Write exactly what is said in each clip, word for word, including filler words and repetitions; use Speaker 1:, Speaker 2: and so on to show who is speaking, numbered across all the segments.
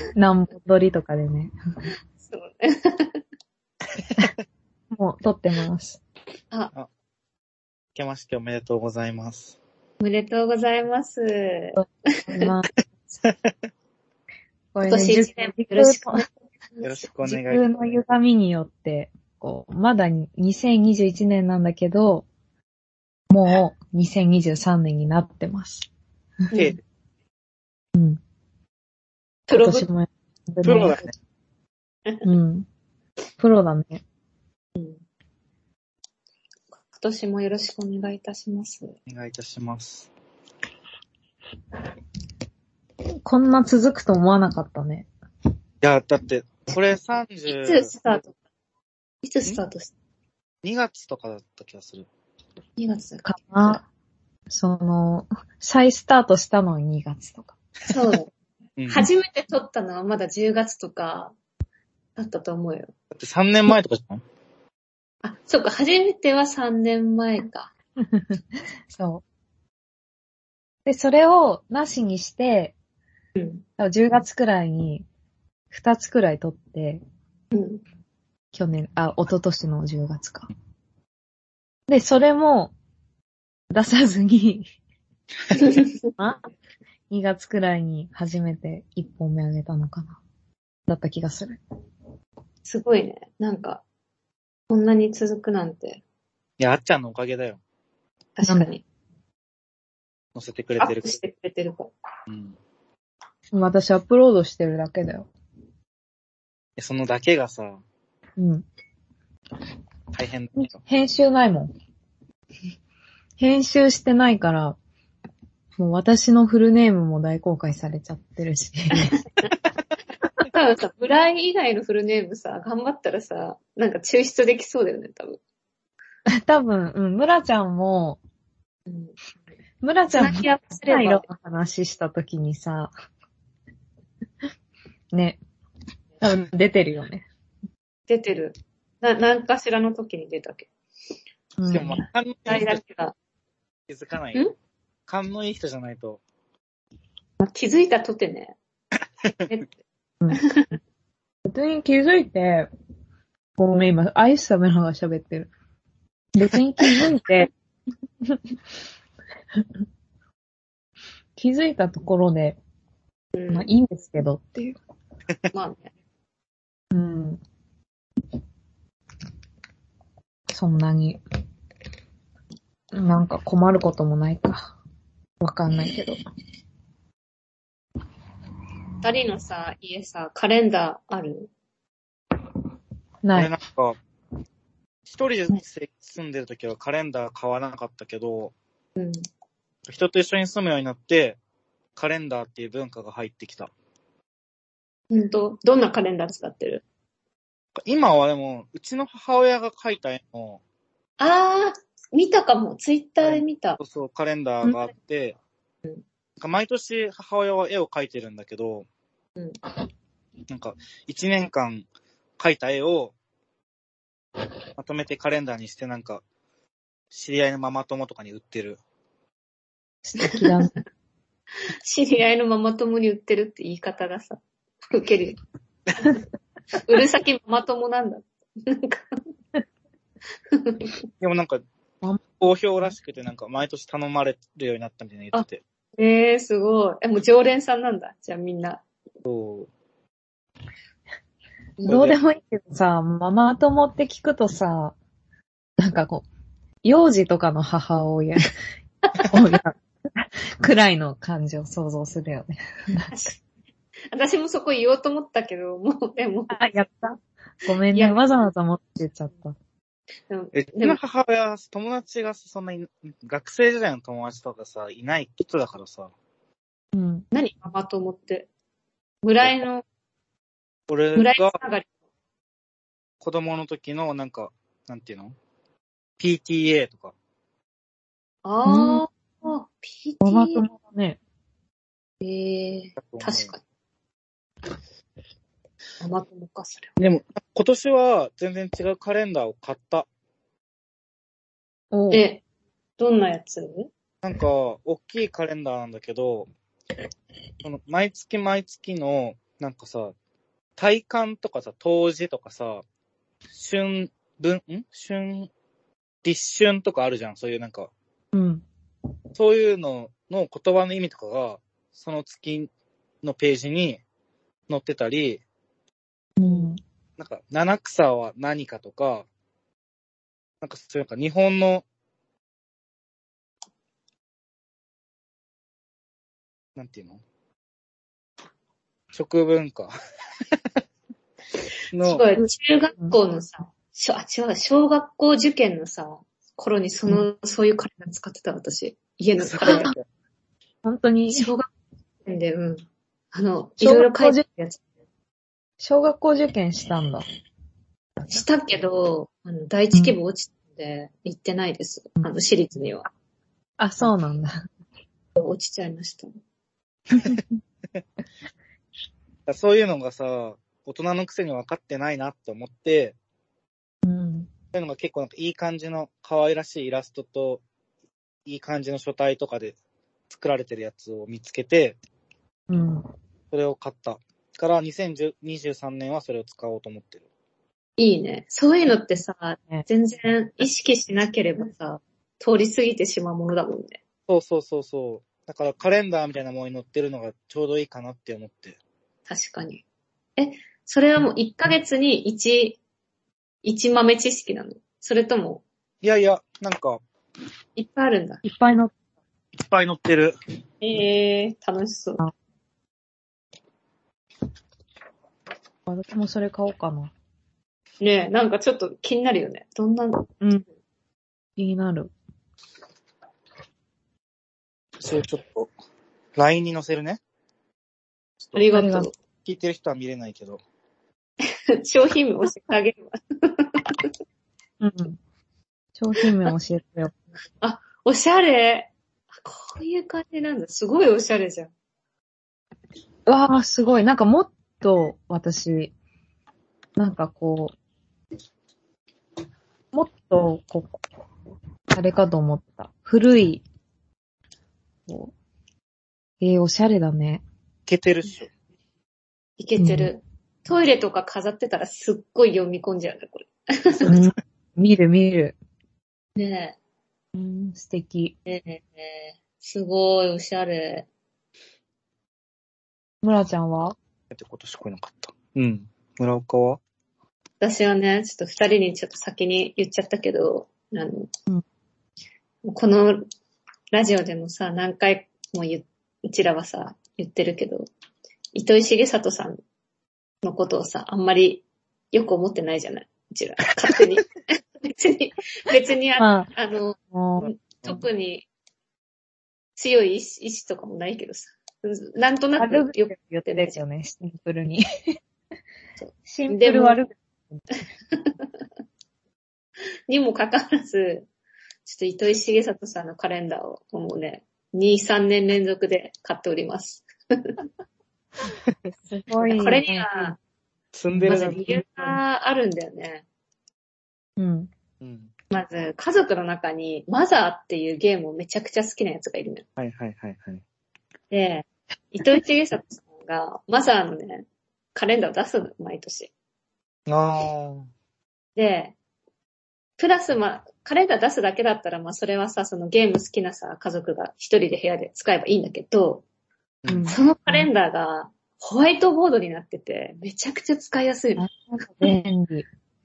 Speaker 1: 何本撮りとかでね。
Speaker 2: そうね。
Speaker 1: もう撮ってます。
Speaker 2: あ、
Speaker 3: 明けましておめでとうございます。
Speaker 2: おめでとうございます。
Speaker 1: まあ、これね、
Speaker 2: 今年一年よろしくお願いします。
Speaker 3: よろしくお願い
Speaker 1: 時
Speaker 3: します。
Speaker 1: 空の歪みによって、こう、まだにせんにじゅういちねんなんだけど、もうにせんにじゅうさんねんになってます。
Speaker 3: で
Speaker 1: うん。
Speaker 2: プロ
Speaker 1: 今年もやってね
Speaker 3: プロだね。
Speaker 1: うん。プロだね。
Speaker 2: 今年もよろしくお願いいたします。
Speaker 3: お願いいたします。
Speaker 1: こんな続くと思わなかったね。
Speaker 3: いや、だって、これさんじゅう、
Speaker 2: いつスタートいつスタートした ?
Speaker 3: にがつとかだった気がする。
Speaker 2: にがつ
Speaker 1: かな。その、再スタートしたのににがつとか。
Speaker 2: そうだ。
Speaker 3: うん、だ
Speaker 2: 初めて撮ったのはまだじゅうがつとかだったと思うよ。
Speaker 3: ってさんねんまえとかじゃん。
Speaker 2: あ、そうか、初めてはさんねんまえか。
Speaker 1: そう。で、それをなしにして、
Speaker 2: うん。
Speaker 1: じゅうがつくらいにふたつくらい撮って、
Speaker 2: うん。
Speaker 1: 去年、あ、一昨年のじゅうがつか。で、それも出さずに、あにがつくらいに初めていっぽんめあげたのかな。だった気がする。
Speaker 2: すごいね。なんか、こんなに続くなんて。
Speaker 3: いや、あっちゃんのおかげだよ。
Speaker 2: 確かに。
Speaker 3: 載せてくれてる
Speaker 2: アップ。してくれてるから。
Speaker 3: うん。
Speaker 1: 私アップロードしてるだけだよ。
Speaker 3: そのだけがさ、
Speaker 1: うん。
Speaker 3: 大変だよ。
Speaker 1: 編集ないもん。編集してないから、もう私のフルネームも大公開されちゃってるし。
Speaker 2: 多分さ、ブライ以外のフルネームさ、頑張ったらさ、なんか抽出できそうだよね、多分。
Speaker 1: 多分、うん、村ちゃんも、
Speaker 2: うん、
Speaker 1: 村ちゃんも、
Speaker 2: つなぎ合わせれば
Speaker 1: 色の話したときにさ、ね、多分出てるよね。
Speaker 2: 出てる。な、何かしらの時に出たけ
Speaker 1: うん、
Speaker 3: でも、まあ、勘のい
Speaker 2: ど。
Speaker 3: い人
Speaker 2: だけが。
Speaker 3: 気づかない
Speaker 2: ん。
Speaker 3: 勘のいい人じゃないと。
Speaker 2: まあ、気づいたとてね。
Speaker 1: 別に気づいて、ごめん、今、アイス食べながら喋ってる。別に気づいて、気づいたところで、
Speaker 2: うん、
Speaker 1: まあいいんですけどっていう。
Speaker 2: まあね。
Speaker 1: うん。そんなに、なんか困ることもないか。わかんないけど。
Speaker 2: 二人のさ、家さ、カレンダーある？
Speaker 1: ない。
Speaker 3: 俺なんか、一人で住んでるときはカレンダー買わなかったけど、
Speaker 2: うん。
Speaker 3: 人と一緒に住むようになって、カレンダーっていう文化が入ってきた。
Speaker 2: うんと、どんなカレンダー使ってる？
Speaker 3: 今はでも、うちの母親が描いた絵の、
Speaker 2: あー、見たかも。ツイッターで見た
Speaker 3: そ。うそう、カレンダーがあって、
Speaker 2: うん
Speaker 3: なんか毎年母親は絵を描いてるんだけど、
Speaker 2: うん。
Speaker 3: なんか一年間描いた絵をまとめてカレンダーにしてなんか知り合いのママ友とかに売ってる。
Speaker 1: 素敵だね。
Speaker 2: 知り合いのママ友に売ってるって言い方がさ、ウケるよ。売る先ママ友なんだ。なんか
Speaker 3: でもなんか、好評らしくてなんか毎年頼まれるようになったみたいな言ってて。
Speaker 2: えー、すごい。え、もう常連さんなんだ。じゃあみんな。
Speaker 3: そう。
Speaker 1: どうでもいいけどさ、ママ友って聞くとさ、なんかこう、幼児とかの母親、親くらいの感じを想像するよね。
Speaker 2: 私もそこ言おうと思ったけど、もう、でも。
Speaker 1: あ、やった。ごめんね。
Speaker 2: いや
Speaker 1: わざわざ持って言っちゃった。
Speaker 2: でも
Speaker 3: うちの母親、友達がそんなに、学生時代の友達とかさ、いない人だからさ。
Speaker 1: うん。
Speaker 2: 何ママ友って。村井の、
Speaker 3: 俺
Speaker 2: 村井
Speaker 3: が
Speaker 2: つながり。
Speaker 3: 子供の時のなんか、なんていうの ?ピーティーエー とか。
Speaker 2: あー、あ、ピーティーエー。
Speaker 1: ママ友だね。
Speaker 2: えー、確かに。ママ友か、それは。
Speaker 3: でも、今年は全然違うカレンダーを買った。
Speaker 1: お
Speaker 2: え、どんなやつ？
Speaker 3: なんか、大きいカレンダーなんだけど、その毎月毎月のなんかさ、体感とかさ、冬至とかさ、春分、ん春、立春とかあるじゃん、そういうなんか。
Speaker 1: うん。
Speaker 3: そういうのの言葉の意味とかが、その月のページに載ってたり、
Speaker 1: うん。
Speaker 3: なんか、七草は何かとか、なんか、そういうなんか日本の、なんていうの食文化の、
Speaker 2: すごい、中学校のさ、しょあ、違う、小学校受験のさ、頃にその、そういうカレンダー使ってた私。家のカレンダー。
Speaker 1: 本当に、
Speaker 2: 小学校受験で、うん。あの、い
Speaker 1: 小
Speaker 2: ろいろ書い
Speaker 1: 学校受
Speaker 2: てるやつ。
Speaker 1: 小学校受験したんだ。
Speaker 2: したけど、あの、第一希望落ちたんで、行ってないです。あの、私立には。
Speaker 1: あ、そうなんだ。
Speaker 2: 落ちちゃいました。
Speaker 3: そういうのがさ、大人のくせに分かってないなって思って、
Speaker 1: うん。
Speaker 3: そういうのが結構なんかいい感じの可愛らしいイラストと、いい感じの書体とかで作られてるやつを見つけて、
Speaker 1: うん。
Speaker 3: それを買った。からにせんにじゅうさんねんはそれを使おうと思ってる。
Speaker 2: いいね。そういうのってさ
Speaker 1: ね、
Speaker 2: 全然意識しなければさ、通り過ぎてしまうものだもんね。
Speaker 3: そうそうそうそう。だからカレンダーみたいなものに載ってるのがちょうどいいかなって思って。
Speaker 2: 確かに。え、それはもういっかげつにいち、いち豆知識なの？それとも、
Speaker 3: いやいや、なんか、
Speaker 2: いっぱいあるんだ。
Speaker 1: いっぱいの、
Speaker 3: いっぱい載ってる。
Speaker 2: えー、楽しそう。
Speaker 1: 私もそれ買おうかな。
Speaker 2: ねえ、なんかちょっと気になるよね。どんな、
Speaker 1: うん。気になる。
Speaker 3: それちょっと、ライン に載せるね。
Speaker 2: ありが
Speaker 1: ありが
Speaker 2: と
Speaker 3: 聞いてる人は見れないけど。
Speaker 2: う。商品名教えてあげるわ。
Speaker 1: うん。商品名教えてよ。
Speaker 2: あ、おしゃれ。こういう感じなんだ。すごいおしゃれじゃん。
Speaker 1: うわー、すごい。なんかもっと、私、なんかこう、もっと、こう、あれかと思った。古い、こう、えー、おしゃれだね。
Speaker 3: いけてるっしょ。
Speaker 2: いけてる。トイレとか飾ってたらすっごい読み込んじゃうね、これ。
Speaker 1: うん、見る見る。
Speaker 2: ね
Speaker 1: うん、素敵。
Speaker 2: え。ねえねえ。すごいおしゃれ。
Speaker 1: 村ちゃんは
Speaker 3: って今年来なかった。うん。村岡は
Speaker 2: 私はね、ちょっと二人にちょっと先に言っちゃったけど、あの、
Speaker 1: うん、
Speaker 2: このラジオでもさ、何回も言う、うちらはさ、言ってるけど、糸井重里さんのことをさ、あんまりよく思ってないじゃない、うちら。勝手に。別に、別にあ、
Speaker 1: まあ、
Speaker 2: あの、
Speaker 1: も
Speaker 2: 特に強い意志意志とかもないけどさ、なんと
Speaker 1: う、
Speaker 2: な
Speaker 1: 悪口
Speaker 2: くよく
Speaker 1: 言ってるよね、シンプルに。
Speaker 2: そう
Speaker 1: シンプル悪口。
Speaker 2: にもかかわらず、ちょっと糸井重里さんのカレンダーをもうね、に、さんねん連続で買っております。
Speaker 1: すごい、ね。
Speaker 2: これには、
Speaker 3: 積んでるな。
Speaker 2: まず理由があるんだよね。
Speaker 1: うん。
Speaker 3: うん。
Speaker 2: まず、家族の中にマザーっていうゲームをめちゃくちゃ好きなやつがいるのよ。
Speaker 3: はいはいはいはい。
Speaker 2: で、糸井重里さんがマザーのね、カレンダーを出すの、毎年。
Speaker 3: あ
Speaker 2: で、プラスま、カレンダー出すだけだったら、まあそれはさ、そのゲーム好きなさ、家族が一人で部屋で使えばいいんだけど、
Speaker 3: ー。うん。
Speaker 2: そのカレンダーがホワイトボードになってて、めちゃくちゃ使いやすいの。
Speaker 1: あ、便利。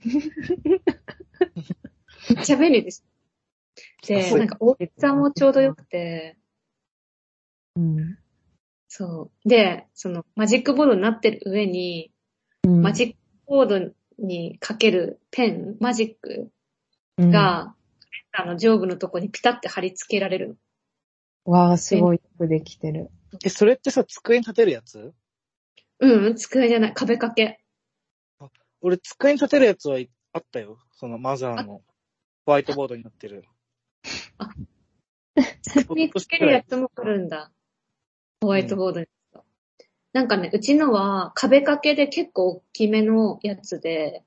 Speaker 2: めっちゃ便利です。で、
Speaker 3: そう
Speaker 2: なんか大きさもちょうどよくて、
Speaker 1: うん。
Speaker 2: そう。で、そのマジックボードになってる上に、
Speaker 1: うん、
Speaker 2: マジックボードにかけるペン、マジック
Speaker 1: うん、
Speaker 2: が、あの上部のとこにピタって貼り付けられるの。
Speaker 1: わあ、すごいよくできてる。
Speaker 3: え、それってさ、机に立てるやつ？
Speaker 2: うん、机じゃない、壁掛け。
Speaker 3: 俺、机に立てるやつはいあったよ。そのマザーのホワイトボードになってる。
Speaker 2: 机につけるやつもあるんだ。ホワイトボードに。うん、なんかね、うちのは壁掛けで結構大きめのやつで、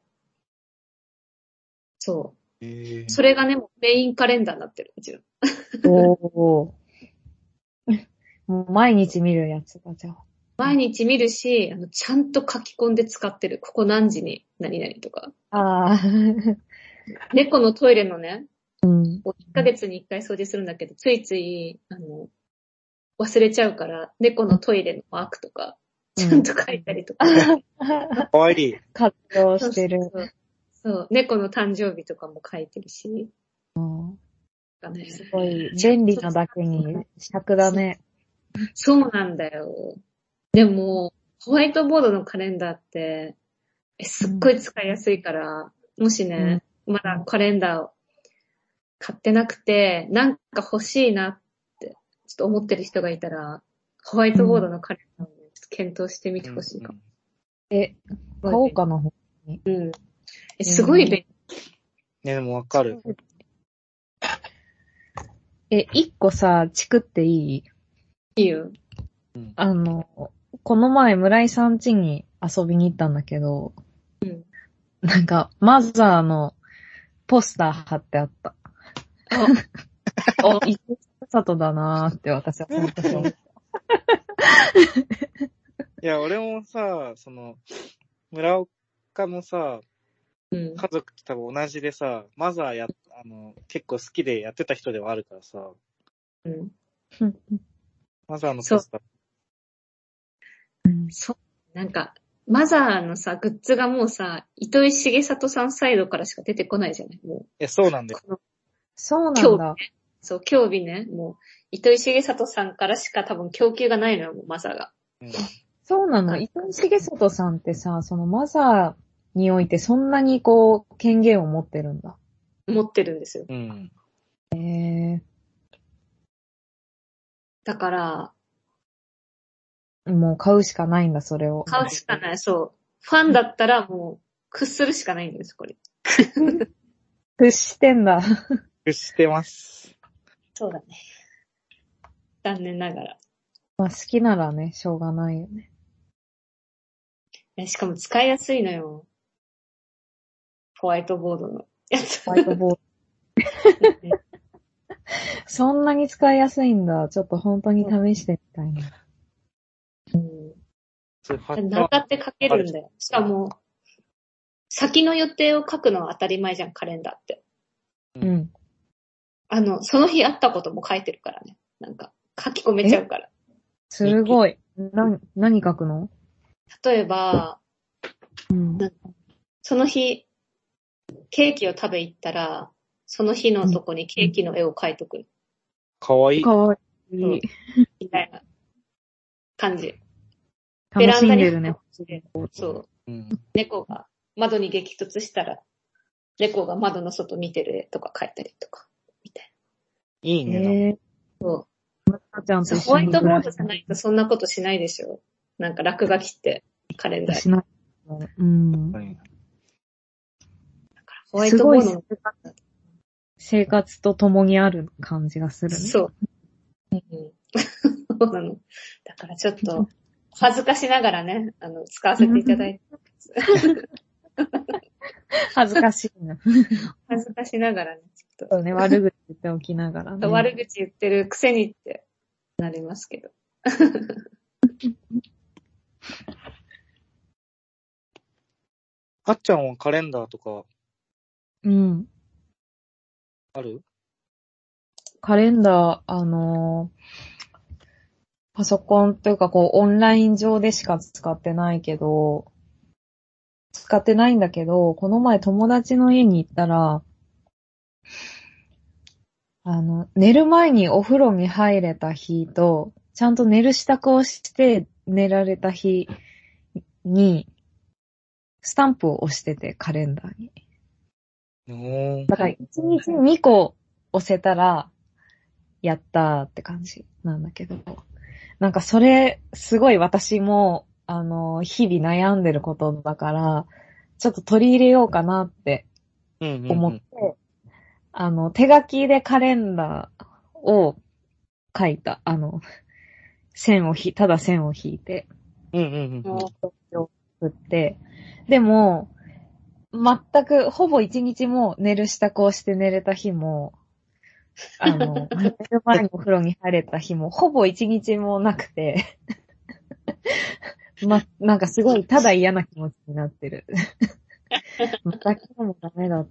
Speaker 2: そう。
Speaker 3: へー。
Speaker 2: それがね、もうメインカレンダーになってる、うちの。
Speaker 1: おー。もう毎日見るやつだ、じゃあ。
Speaker 2: 毎日見るし、あの、ちゃんと書き込んで使ってる。ここ何時に何々とか。
Speaker 1: ああ。
Speaker 2: 猫のトイレのね、
Speaker 1: うん。
Speaker 2: いっかげつにいっかい掃除するんだけど、ついつい、あの、忘れちゃうから、猫のトイレのマークとか、ちゃんと書いたりとか。
Speaker 3: かわいい。
Speaker 1: 活動してる。
Speaker 2: そうそうそう、猫の誕生日とかも書いてるし。
Speaker 1: ね、すごい、便利なだけに、尺だね。
Speaker 2: そうなんだよ。でも、ホワイトボードのカレンダーって、えすっごい使いやすいから、うん、もしね、うん、まだカレンダーを買ってなくて、なんか欲しいなって、ちょっと思ってる人がいたら、ホワイトボードのカレンダーを、ね、ちょっと検討してみてほしいかも。
Speaker 1: うんうん、え、買おうかな、ほんとに。
Speaker 2: うん。え、すごい便利。
Speaker 3: ね、でもわかる。
Speaker 1: え、一個さ、チクっていい？
Speaker 2: いいよ。
Speaker 1: あの、この前村井さん家に遊びに行ったんだけど、うん、なんか、マザーのポスター貼ってあった。あ、お、伊藤里だなーって私は思った。い
Speaker 3: や、俺もさ、その、村岡のさ、うん、家族多分同じでさ、マザーや、あの、結構好きでやってた人ではあるからさ。うん。マザーのポスター。
Speaker 2: うん、そう。なんか、マザーのさ、グッズがもうさ、糸井重里さんサイドからしか出てこないじゃないもう。い
Speaker 3: や、そうなんだよ。
Speaker 1: そうなんだ。
Speaker 2: ね、そう、今日日ね、もう、糸井重里さんからしか多分供給がないのよ、もうマザーが。
Speaker 1: うん、そうなの。糸井重里さんってさ、そのマザー、においてそんなにこう、権限を持ってるんだ。
Speaker 2: 持ってるんですよ。
Speaker 3: うん。
Speaker 1: へー。
Speaker 2: だから、
Speaker 1: もう買うしかないんだ、それを。
Speaker 2: 買うしかない、そう。ファンだったらもう、屈するしかないんです、これ。
Speaker 1: 屈してんだ。
Speaker 3: 屈してます。
Speaker 2: そうだね。残念ながら。
Speaker 1: まあ好きならね、しょうがないよね。
Speaker 2: しかも使いやすいのよ。ホワイトボードのやつ。
Speaker 1: ホワイトボード。そんなに使いやすいんだ。ちょっと本当に試してみたいな。
Speaker 2: うん。中って書けるんだよ。しかも、先の予定を書くのは当たり前じゃん、カレンダーって。
Speaker 1: うん。
Speaker 2: あの、その日会ったことも書いてるからね。なんか、書き込めちゃうから。
Speaker 1: すごい。な、何書くの？
Speaker 2: 例えば、
Speaker 1: うん、
Speaker 2: その日、ケーキを食べ行ったら、その日のとこにケーキの絵を描いとく。
Speaker 3: かわいい。
Speaker 1: かわいい。
Speaker 2: みたいな感じ。
Speaker 1: 楽しんでるね。
Speaker 2: そう、うん。猫が窓に激突したら、猫が窓の外見てる絵とか描いたりとか、みたい
Speaker 3: な。いいね。
Speaker 1: えー、
Speaker 2: そう。
Speaker 1: ちゃんと
Speaker 2: ホワイトボードじゃないとそんなことしないでしょ。なんか落書きってカレンダーに。
Speaker 1: しない。うん。だ
Speaker 2: からホワイトボードの
Speaker 1: 生活と共にある感じがするね。
Speaker 2: そう。うん、そうなの。だからちょっと恥ずかしながらね、あの、使わせていただいて。
Speaker 1: 恥ずかしいな。
Speaker 2: 恥ずかしながらね、
Speaker 1: ちょっと。そうね、悪口言っておきながらね。
Speaker 2: 悪口言ってるくせにってなりますけど。
Speaker 3: あっちゃんはカレンダーとか。
Speaker 1: うん。
Speaker 3: ある？
Speaker 1: カレンダー、あのー、パソコンというかこうオンライン上でしか使ってないけど、使ってないんだけど、この前友達の家に行ったら、あの、寝る前にお風呂に入れた日と、ちゃんと寝る支度をして寝られた日に、スタンプを押してて、カレンダーに。だからいちにちにこ押せたら、やったーって感じなんだけど。なんかそれ、すごい私も、あの、日々悩んでることだから、ちょっと取り入れようかなって思って、うんうんうん、あの、手書きでカレンダーを書いた。あの、線をひ、ただ線を引いて。
Speaker 3: うんうんうん。
Speaker 1: を作って。でも、全く、ほぼ一日も寝る支度をして寝れた日も、あの、寝る前にお風呂に入れた日も、ほぼ一日もなくて。 ま、なんかすごい、ただ嫌な気持ちになってる。また今日もダメだった。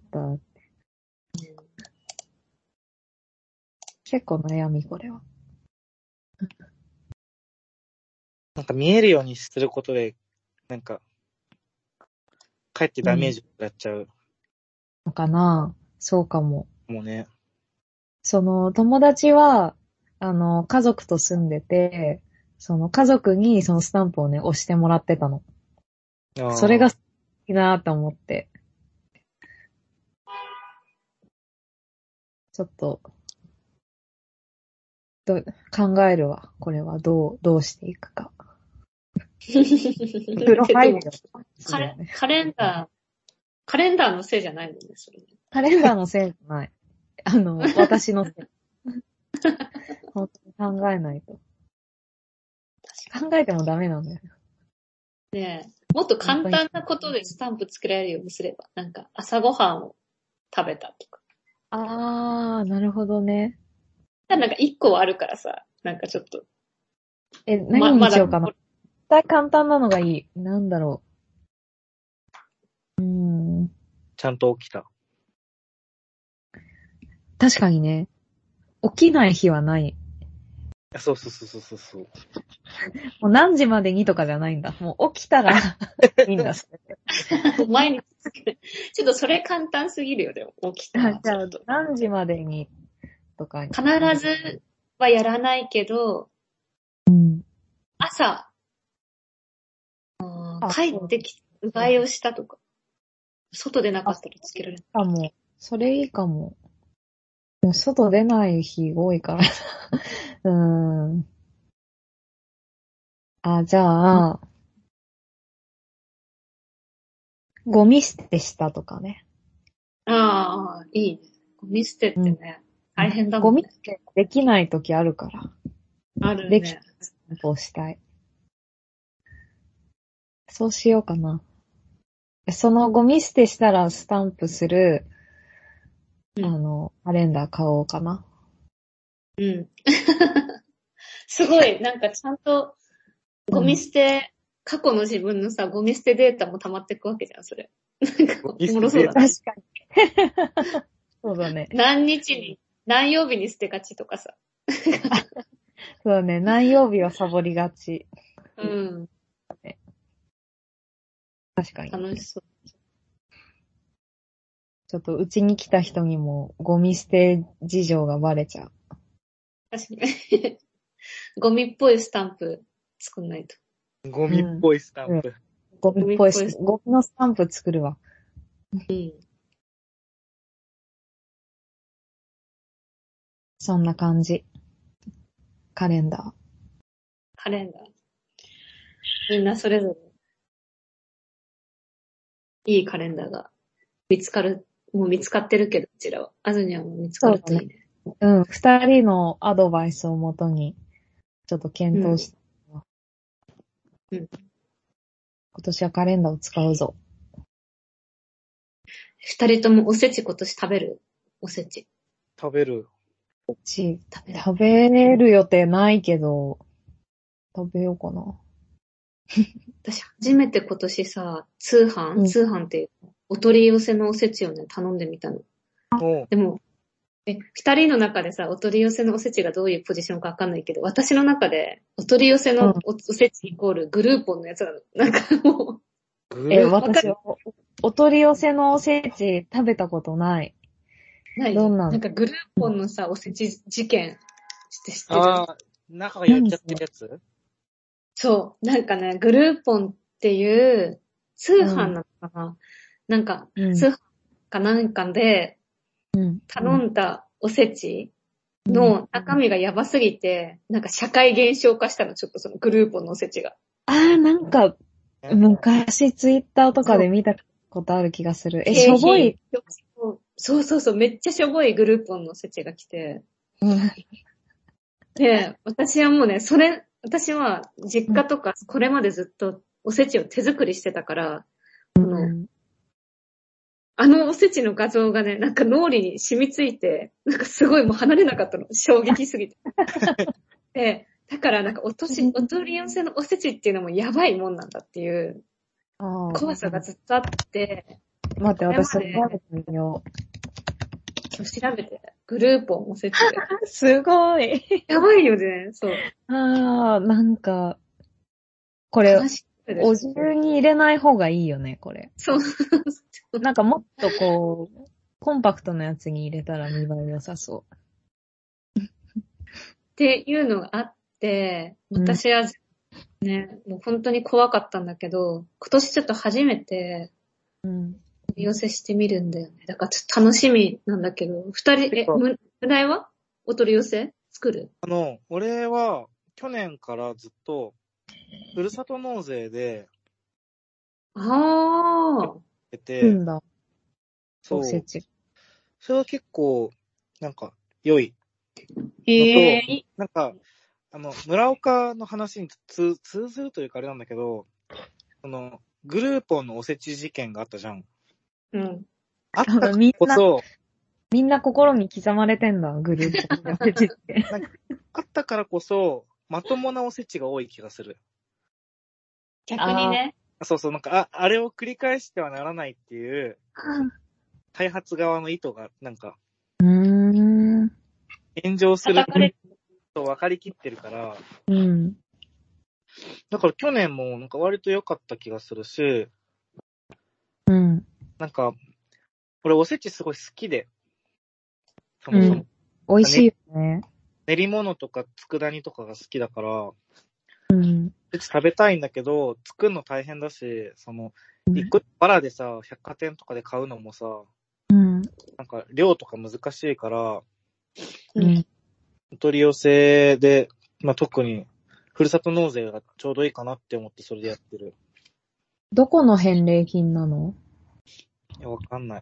Speaker 1: 結構悩み、これは。
Speaker 3: なんか見えるようにすることで、なんか、かえってダメージになっちゃう。
Speaker 1: のかな？そうかも。
Speaker 3: もうね。
Speaker 1: その、友達は、あの、家族と住んでて、その家族にそのスタンプをね、押してもらってたの。それが好きなと思って。ちょっと、ど考えるわ。これはどう、どうしていくか。風呂入るよ。
Speaker 2: カレカレンダー、カレンダーのせいじゃないもんね、それ。
Speaker 1: カレンダーのせいじゃない。あの、私のせい。本当に考えないと。考えてもダメなんだよ。
Speaker 2: ねえ。もっと簡単なことでスタンプ作れるようにすれば。なんか、朝ごはんを食べたとか。
Speaker 1: あー、なるほどね。
Speaker 2: なんか一個はあるからさ、なんかちょっと。
Speaker 1: え、何にしようかな。絶対簡単なのがいい。なんだろう。うーん。
Speaker 3: ちゃんと起きた。
Speaker 1: 確かにね。起きない日はない。
Speaker 3: そうそうそうそうそう。
Speaker 1: もう何時までにとかじゃないんだ。もう起きたらいいんだ。
Speaker 2: 毎日つける。ちょっとそれ簡単すぎるよ、でも。起きたら。
Speaker 1: じゃあ、何時までにとか。
Speaker 2: 必ずはやらないけど、
Speaker 1: うん、
Speaker 2: 朝、あ帰ってきて、うがいをしたとか。外出なかったらつけられない。
Speaker 1: かも。それいいかも。外出ない日多いから。うーん。あ、じゃあ、ゴミ捨てしたとかね。
Speaker 2: ああ、いいね。ゴミ捨てってね、うん、大変だもんね。
Speaker 1: ゴミ捨てできない時あるから。
Speaker 2: あるね。
Speaker 1: できたことしたい。そうしようかな。そのゴミ捨てしたらスタンプする、うん、あの、カレンダー買おうかな。
Speaker 2: うん。すごい、なんかちゃんと、ゴミ捨て、うん、過去の自分のさ、ゴミ捨てデータも溜まっていくわけじゃん、それ。なんか、おもろそうだね。
Speaker 1: 確かに。そうだね。
Speaker 2: 何日に、何曜日に捨てがちとかさ。
Speaker 1: そうだね、何曜日はサボりがち。
Speaker 2: うん。
Speaker 1: 確かに。
Speaker 2: 楽しそう。
Speaker 1: ちょっとうちに来た人にもゴミ捨て事情がバレちゃう。
Speaker 2: 確かに。ゴミっぽいスタンプ作んないと。
Speaker 3: ゴミっぽいスタンプ。
Speaker 1: うん、ゴミっぽいスタンプ。ゴミのスタンプ作るわ。
Speaker 2: うん。
Speaker 1: そんな感じ。カレンダー。
Speaker 2: カレンダー。みんなそれぞれ、いいカレンダーが見つかる、もう見つかってるけど、うちらは。あずにはもう見つかるといいね。
Speaker 1: うん、二人のアドバイスをもとに、ちょっと検討して、
Speaker 2: うん。うん。
Speaker 1: 今年はカレンダーを使うぞ。
Speaker 2: 二人ともおせち今年食べる？おせち。
Speaker 3: 食べる。
Speaker 1: おせち、食べる。食べる予定ないけど、食べようかな。
Speaker 2: 私初めて今年さ、通販、うん、通販っていう、お取り寄せのおせちをね、頼んでみたの。でも、え、二人の中でさ、お取り寄せのおせちがどういうポジションかわかんないけど、私の中で、お取り寄せの お,、うん、おせちイコールグルーポンのやつなの。なんかも
Speaker 1: う。え、私はお、お取り寄せのおせち食べたことない。
Speaker 2: ない。どんなの？なんかグルーポンのさ、おせち事件して知ってる？
Speaker 3: ああ、中がやっちゃってるやつ？
Speaker 2: そう。なんかね、グルーポンっていう、通販なのかな、うん、なんか、うん、通販かなんかで、頼んだおせちの中身がやばすぎて、なんか社会現象化したの、ちょっとそのグルーポンのおせちが。
Speaker 1: ああ、なんか、昔ツイッターとかで見たことある気がする。え、しょぼい。
Speaker 2: そうそうそう、めっちゃしょぼいグルーポンのおせちが来て。うん、で、私はもうね、それ、私は実家とかこれまでずっとおせちを手作りしてたから、うん、あの、あのおせちの画像がね、なんか脳裏に染みついて、なんかすごいもう離れなかったの。衝撃すぎて。で、 だからなんかおとし、お取り寄せのおせちっていうのもやばいもんなんだっていう怖さがずっとあって、
Speaker 1: 待って、私それ調べてみよ
Speaker 2: う。調べて。グルーポンおせちで。
Speaker 1: すごい。
Speaker 2: やばいよね、そう。
Speaker 1: ああ、なんか、これ、お重に入れない方がいいよね、これ。
Speaker 2: そう。
Speaker 1: なんかもっとこう、コンパクトなやつに入れたら見栄え良さそう。
Speaker 2: っていうのがあって、私はね、もう本当に怖かったんだけど、今年ちょっと初めて、うん。取り寄せしてみるんだよね。だからちょっと楽しみなんだけど、二人、え、む、村井はお取り寄せ作る？
Speaker 3: あの、俺は去年からずっと、ふるさと納税で、
Speaker 2: ああ。
Speaker 3: 出て、
Speaker 1: うんだ。
Speaker 3: そう。
Speaker 1: おせち。
Speaker 3: それは結構、なんか、良い。
Speaker 2: へえー。
Speaker 3: なんか、あの、村岡の話に通通ずるというかあれなんだけど、その、グルーポンのおせち事件があったじゃん。
Speaker 2: うん。
Speaker 3: あったからこそ、
Speaker 1: みんな心に刻まれてんだ、グルーポンのおせちって。
Speaker 3: なんかあったからこそ、まともなおせちが多い気がする。
Speaker 2: 逆にね。
Speaker 3: そうそう、なんか、あ、あれを繰り返してはならないっていう、開発側の意図が、なんか、
Speaker 1: うーん。
Speaker 3: 炎上すると分かりきってるから、
Speaker 1: うん。
Speaker 3: だから去年もなんか割と良かった気がするし、
Speaker 1: うん。
Speaker 3: なんか、俺おせちすごい好きで、そもそも。うん、
Speaker 1: 美味しいよね。
Speaker 3: 練り物とか佃煮とかが好きだから、
Speaker 1: うん。
Speaker 3: おせち食べたいんだけど、作るの大変だし、その、一個バラでさ、百貨店とかで買うのもさ、
Speaker 1: うん。
Speaker 3: なんか量とか難しいから、
Speaker 1: うん。
Speaker 3: お取り寄せで、まあ、特に、ふるさと納税がちょうどいいかなって思ってそれでやってる。
Speaker 1: どこの返礼品なの？
Speaker 3: いや、わかんない。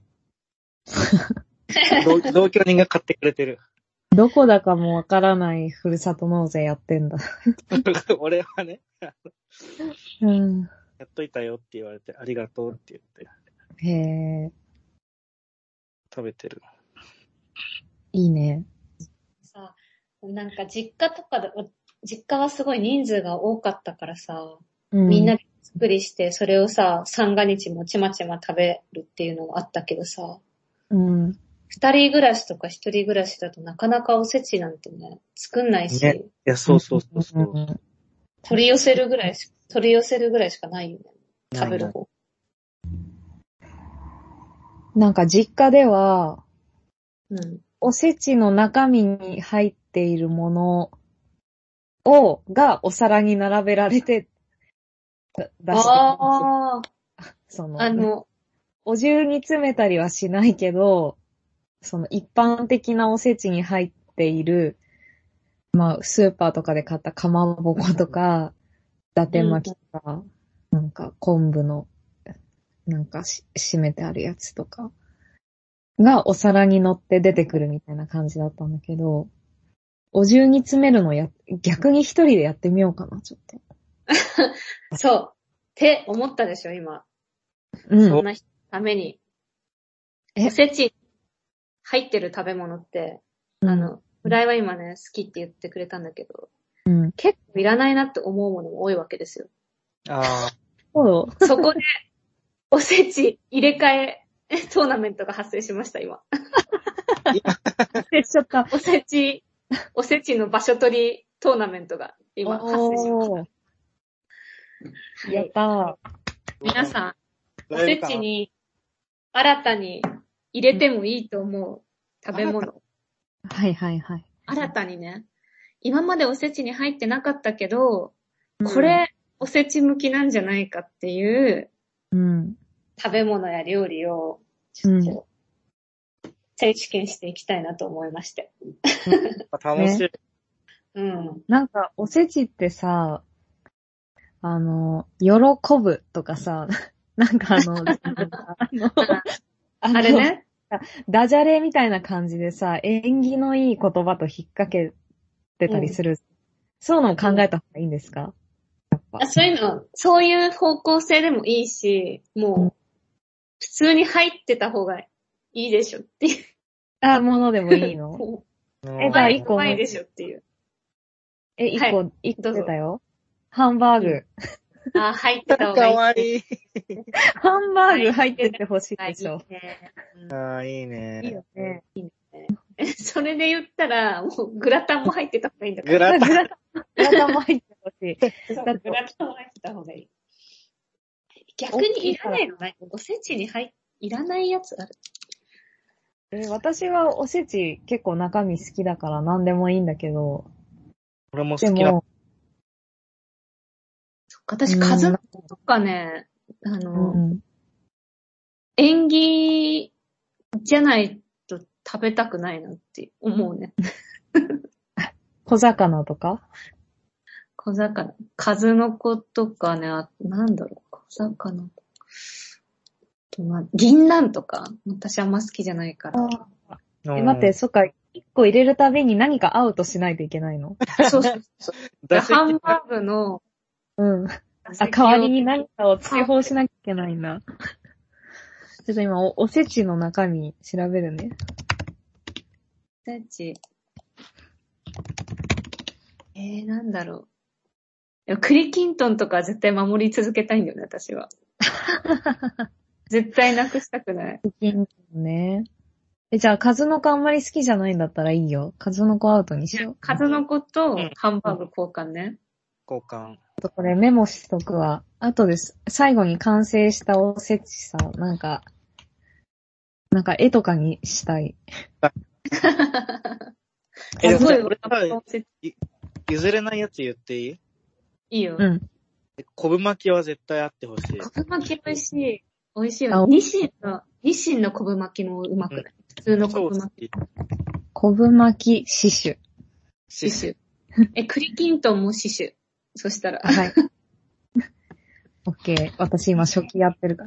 Speaker 3: 同, 同居人が買ってくれてる。
Speaker 1: どこだかもわからないふるさと納税やってんだ。
Speaker 3: 俺はね、
Speaker 1: うん、
Speaker 3: やっといたよって言われて、ありがとうって言って。
Speaker 1: へー。
Speaker 3: 食べてる。
Speaker 1: いいね。
Speaker 2: さ、なんか実家とかで、実家はすごい人数が多かったからさ、うん、みんなで作りして、それをさ、三が日もちまちま食べるっていうのがあったけどさ、
Speaker 1: うん。
Speaker 2: 二人暮らしとか一人暮らしだとなかなかおせちなんてね、作んないし。ね、
Speaker 3: いや、そうそうそうそう、うん。
Speaker 2: 取り寄せるぐらいし、取り寄せるぐらいしかないよね。食べる方。
Speaker 1: なんか実家では、
Speaker 2: うん、
Speaker 1: おせちの中身に入っているものを、がお皿に並べられて出してくる。
Speaker 2: ああ。
Speaker 1: その、
Speaker 2: あの、
Speaker 1: お重に詰めたりはしないけど、その一般的なおせちに入っている、まあ、スーパーとかで買ったかまぼことか、伊達巻きとか、うん、なんか昆布の、なんかし、締めてあるやつとか、がお皿に乗って出てくるみたいな感じだったんだけど、お重に詰めるのや、逆に一人でやってみようかな、ちょっ
Speaker 2: と。そう。って思ったでしょ、今。
Speaker 1: うん。
Speaker 2: そんな人のために。おせち入ってる食べ物って、うん、あの、村井は今ね、好きって言ってくれたんだけど、うん、結構いらないなって思うものも多いわけですよ。
Speaker 3: ああ。
Speaker 1: そう。
Speaker 2: そこで、おせち入れ替えトーナメントが発生しました、今。
Speaker 1: 発生しちゃった。
Speaker 2: おせち、おせちの場所取りトーナメントが今発生しました。
Speaker 1: やったー。
Speaker 2: 皆さん、おせちに新たに入れてもいいと思う食べ物。
Speaker 1: はいはいはい。
Speaker 2: 新たにね。今までおせちに入ってなかったけど、うん、これおせち向きなんじゃないかっていう、うん、食べ物や料理をちょっと、うん、選手権していきたいなと思いまして。
Speaker 3: 楽しい、
Speaker 1: ね。うん。なんかおせちってさ、あの、喜ぶとかさ、なんかあの、あの
Speaker 2: あれね。
Speaker 1: ダジャレみたいな感じでさ、縁起のいい言葉と引っ掛けてたりする。うん、そういうのを考えた方がいいんですか？やっぱ
Speaker 2: あ、そういうの、そういう方向性でもいいし、もう、うん、普通に入ってた方がいいでしょっていう。
Speaker 1: あ、ものでもいいの？
Speaker 2: え、じゃあ一個。いいでしょっていう。
Speaker 1: え、一
Speaker 2: は
Speaker 1: 個、一
Speaker 2: どうぞ
Speaker 1: 個出たよ。ハンバーグ。
Speaker 2: あ、入ってた方
Speaker 3: か
Speaker 2: がいい。
Speaker 3: わいい。
Speaker 1: ハンバーグ入っててほしいでしょ。
Speaker 2: いいね。
Speaker 3: ああ、いいね。
Speaker 1: いいよね。
Speaker 2: え、それで言ったら、もうグラタンも入ってた方がいいんだから。
Speaker 3: グラタン。
Speaker 1: グラタン、グラタンも入ってほしい。
Speaker 2: そう
Speaker 1: だって
Speaker 2: グラタンも入ってた方がいい。逆にいらないのないおせちに入いらないやつある
Speaker 1: え、私はおせち結構中身好きだから何でもいいんだけど、
Speaker 3: 俺も好きな。
Speaker 1: でも、
Speaker 2: 私、
Speaker 1: うん
Speaker 2: 数の子とかね、あ
Speaker 1: う
Speaker 2: の、
Speaker 1: ん、
Speaker 2: 縁起じゃないと食べたくないなって思うね。
Speaker 1: 小魚とか
Speaker 2: 小魚。数の子とかね、あなんだろう、小魚とか。とまあ銀杏とか、私あんま好きじゃないから。
Speaker 1: え、待って、そっか、一個入れるたびに何かアウトしないといけないの？
Speaker 2: そうそうそう。
Speaker 3: 打席
Speaker 2: ハンバーグの、
Speaker 1: うん。あ、代わりに何かを追放しなきゃいけないんだ。ちょっと今お、おせちの中身調べるね。
Speaker 2: おせち。えー、なんだろう。でも栗きんとんとか絶対守り続けたいんだよね、私は。絶対なくしたくない。
Speaker 1: ね。え、じゃあ、数の子あんまり好きじゃないんだったらいいよ。数の子アウトにしよう。
Speaker 2: 数の子とハンバーグ交換ね。
Speaker 3: 交換。
Speaker 1: あとこれメモしとくわ。あとです。最後に完成したおせちさ、なんか、なんか絵とかにしたい。
Speaker 3: え、
Speaker 2: すごい、
Speaker 3: 俺さ、譲れないやつ言っていい？
Speaker 2: いいよ。
Speaker 1: うん。
Speaker 3: 昆布巻きは絶対あってほしい。
Speaker 2: 昆布巻き美味しい。美味しいよ。ニシンの、ニシンの昆布巻きもうまくない、うん、普通の昆布巻き。
Speaker 1: 昆布巻き、シシュ。
Speaker 2: シシュ。え、栗きんとんもシシュ。そしたら。
Speaker 1: はい。オッケー。私今初期やってるから。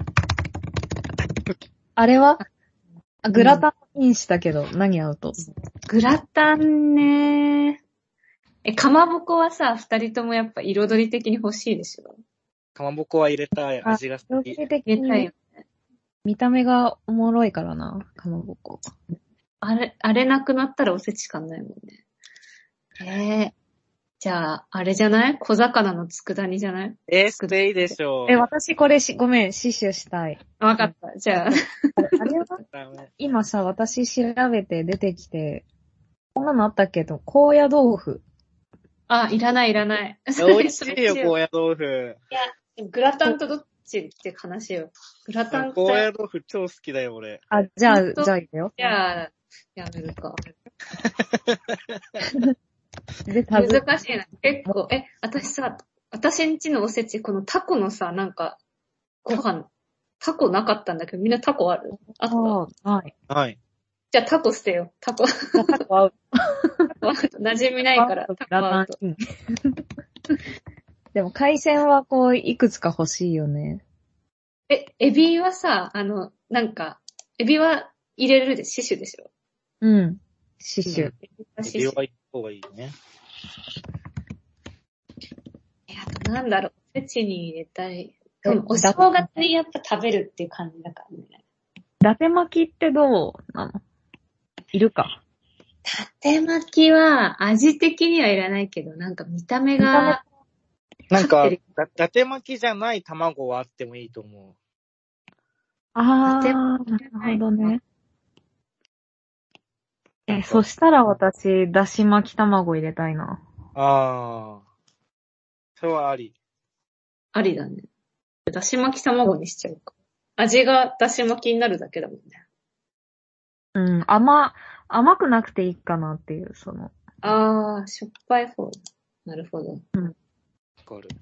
Speaker 1: あれはあ、グラタンインしたけど、うん、何アウト？
Speaker 2: グラタンねー。え、かまぼこはさ、二人ともやっぱ彩り的に欲しいでしょ？
Speaker 3: かまぼこは入れたい。味が好き。
Speaker 2: 入れたいよね。
Speaker 1: 見た目がおもろいからな、かまぼこ。
Speaker 2: あれ、あれなくなったらおせち感ないもんね。えー、じゃあ、あれじゃない小魚の佃煮じゃない
Speaker 3: えー、それいいでしょう。
Speaker 1: え、私これし、ごめん、死守したい。
Speaker 2: わかった。じゃあ。
Speaker 1: あれは今さ、私調べて出てきて、こんなのあったっけと、高野豆腐。
Speaker 2: あ、いらないいらない。
Speaker 3: 美味しいよ、高野豆腐。
Speaker 2: いや、グラタンとどっちって話よ。グラタンって。
Speaker 3: 高野豆腐超好きだよ、俺。
Speaker 1: あ、じゃあ、じゃあいいよ。
Speaker 2: じゃあ、やめるか。
Speaker 1: で、
Speaker 2: 難しいな。結構、え、私さ、私んちのおせち、このタコのさ、なんか、ご飯、タコなかったんだけど、みんなタコある？あった？
Speaker 1: はい。
Speaker 3: はい。
Speaker 2: じゃあタコ捨てよ。タコ。
Speaker 1: タコアウト。
Speaker 2: 馴染みないから、タコアウト。
Speaker 1: でも海鮮はこう、いくつか欲しいよね。
Speaker 2: え、エビはさ、あの、なんか、エビは入れるで、シシュでしょ？
Speaker 1: うん。シシュ。
Speaker 3: エビは行った方がいいね。
Speaker 2: え、あとなんだろう、おせちに入れたい。お正月にやっぱ食べるっていう感じだからね。
Speaker 1: 伊達巻きってどうなの？いるか。
Speaker 2: 伊達巻きは味的にはいらないけど、なんか見た目が。
Speaker 3: なんか、伊達巻きじゃない卵はあってもいいと思う。
Speaker 1: あー、なるほどね。え、そしたら私、だし巻き卵入れたいな。
Speaker 3: あー。それはあり。
Speaker 2: ありだね。だし巻き卵にしちゃうか。味がだし巻きになるだけだもんね。
Speaker 1: うん、甘、甘くなくていいかなっていう、その。
Speaker 2: あー、しょっぱい方。なるほど。
Speaker 1: うん。
Speaker 3: わかる。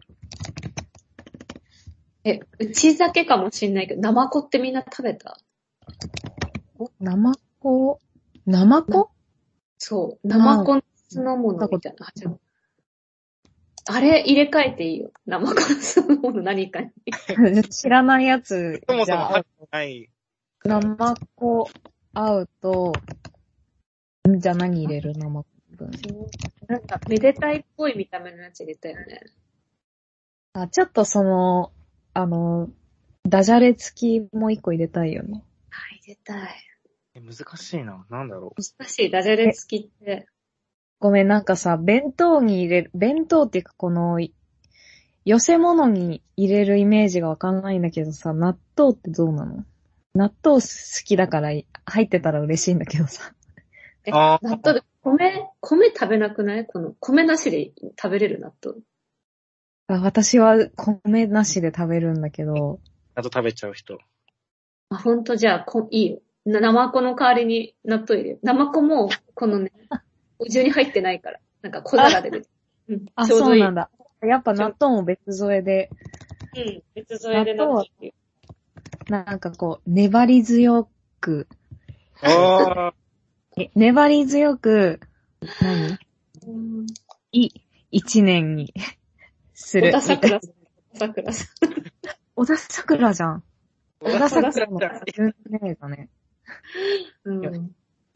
Speaker 2: え、内酒かもしんないけど、ナマコってみんな食べた？
Speaker 1: ナマコナマコ
Speaker 2: そう。ナマコの酢の物みたいな。あれ入れ替えていいよ。ナマコの酢の物何かに。
Speaker 1: 知らないやつ。
Speaker 3: そもそもはい。
Speaker 1: ナマコ合うと、じゃあ何入れるナマコ分。
Speaker 2: なんか、めでたいっぽい見た目のやつ入れたよね。
Speaker 1: あ、ちょっとその、あの、ダジャレ付きも一個入れたいよね。
Speaker 2: あ、入れたい。
Speaker 3: 難しいな。なんだろう。
Speaker 2: 難しい。ダジャレ付きって。
Speaker 1: ごめん、なんかさ、弁当に入れる、弁当っていうかこの、寄せ物に入れるイメージがわかんないんだけどさ、納豆ってどうなの？納豆好きだから入ってたら嬉しいんだけどさ。
Speaker 2: え、納豆で米、米食べなくない？この、米なしで食べれる納豆。
Speaker 1: あ、私は米なしで食べるんだけど。
Speaker 3: あと食べちゃう人。
Speaker 2: あ、ほんとじゃあ、こいいよ。な生子の代わりに納豆入れる。生子も、このね、お重に入ってないから。なんか小皿で出て。うん。
Speaker 1: あ、
Speaker 2: ちょうどいい。
Speaker 1: そうなんだ。やっぱ納豆も別添えで。
Speaker 2: うん。別添えで納豆っていう。
Speaker 1: なんかこう、粘り強く。
Speaker 3: ああ。
Speaker 1: え、粘り強く、何
Speaker 2: うん、
Speaker 1: い、一年にする。
Speaker 2: 小田桜さん。小田桜さん。
Speaker 1: 小田桜じゃん。小田桜の純名だね。
Speaker 2: うん。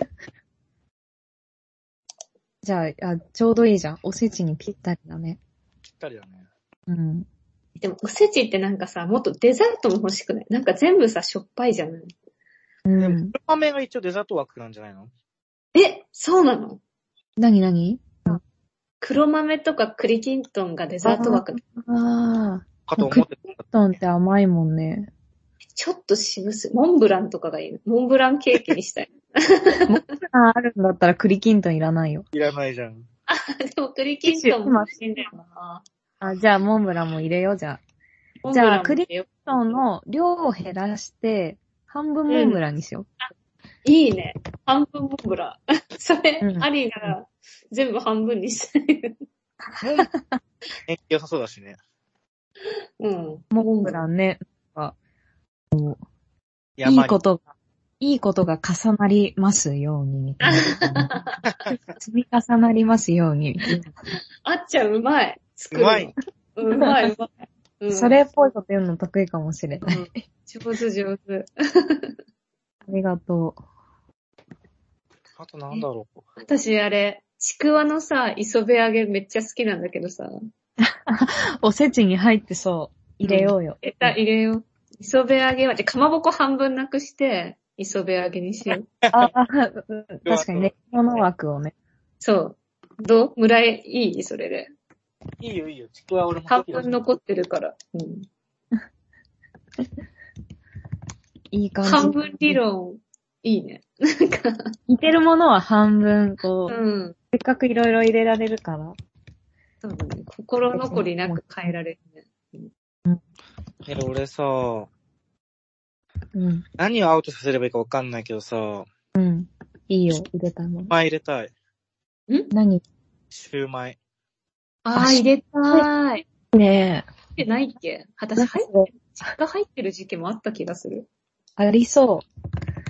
Speaker 1: じゃあ、あ、ちょうどいいじゃん。おせちにぴったりだね。
Speaker 3: ぴったりだね。
Speaker 1: うん。
Speaker 2: でも、おせちってなんかさ、もっとデザートも欲しくない？なんか全部さ、しょっぱいじゃない？
Speaker 1: うん。
Speaker 3: でも、黒豆が一応デザート枠なんじゃないの？
Speaker 2: え、そうなの？
Speaker 1: なになに？
Speaker 2: 黒豆とか栗きんとんがデザート枠。
Speaker 1: ああ。
Speaker 3: かと思ってた。
Speaker 1: 栗きんとんって甘いもんね。
Speaker 2: ちょっと渋す。モンブランとかがいいの。モンブランケーキにしたい。
Speaker 1: モンブランあるんだったら栗きんとんいらないよ。
Speaker 3: いらないじゃん。
Speaker 2: あ、でも栗きんとんも欲しいんだよな。
Speaker 1: あ、じゃあモンブランも入れよう、じゃあ。じゃあ、栗きんとんの量を減らして、半分モンブランにしよう。
Speaker 2: うん、いいね。半分モンブラン。それ、うん、ありなら、全部半分にしたい。
Speaker 3: え、良さそうだしね。
Speaker 2: うん。
Speaker 1: モンブランね。あ、いいことが、いいことが重なりますように、みたいな。積み重なりますように。
Speaker 2: あっちゃんうまい。
Speaker 3: うまい。
Speaker 2: うまい、うまい。
Speaker 1: うん、それっぽいこと言うの得意かもしれない。うん、
Speaker 2: 上手上手。
Speaker 1: ありがとう。
Speaker 3: あとなんだろう。
Speaker 2: 私あれ、ちくわのさ、磯辺揚げめっちゃ好きなんだけどさ。
Speaker 1: おせちに入ってそう。入れようよ。
Speaker 2: え、うん、入れよう。磯辺揚げは、じゃ、かまぼこ半分なくして、磯辺揚げにしよう。
Speaker 1: ああ、確かにね、この枠をね。
Speaker 2: そう。どう？村井いい？それで。
Speaker 3: いいよいいよ。ちくわ俺も
Speaker 2: 半分残ってるから。うん。
Speaker 1: いい感じ。
Speaker 2: 半分理論、いいね。なんか。
Speaker 1: 似てるものは半分、こう、
Speaker 2: うん。
Speaker 1: せっかくいろいろ入れられるから。
Speaker 2: そうだね。心残りなく変えられるね。
Speaker 3: うん。え、俺さ、
Speaker 1: うん。
Speaker 3: 何をアウトさせればいいかわかんないけどさ。
Speaker 1: うん。いいよ、入れたいもん。
Speaker 3: まあ入れたい。
Speaker 2: ん？
Speaker 1: 何？
Speaker 3: シューマイ。
Speaker 2: ああ、入れたい。
Speaker 1: ねえ。
Speaker 2: 入ってないっけ？私入ってる、実家入ってる時期もあった気がする。
Speaker 1: ありそう。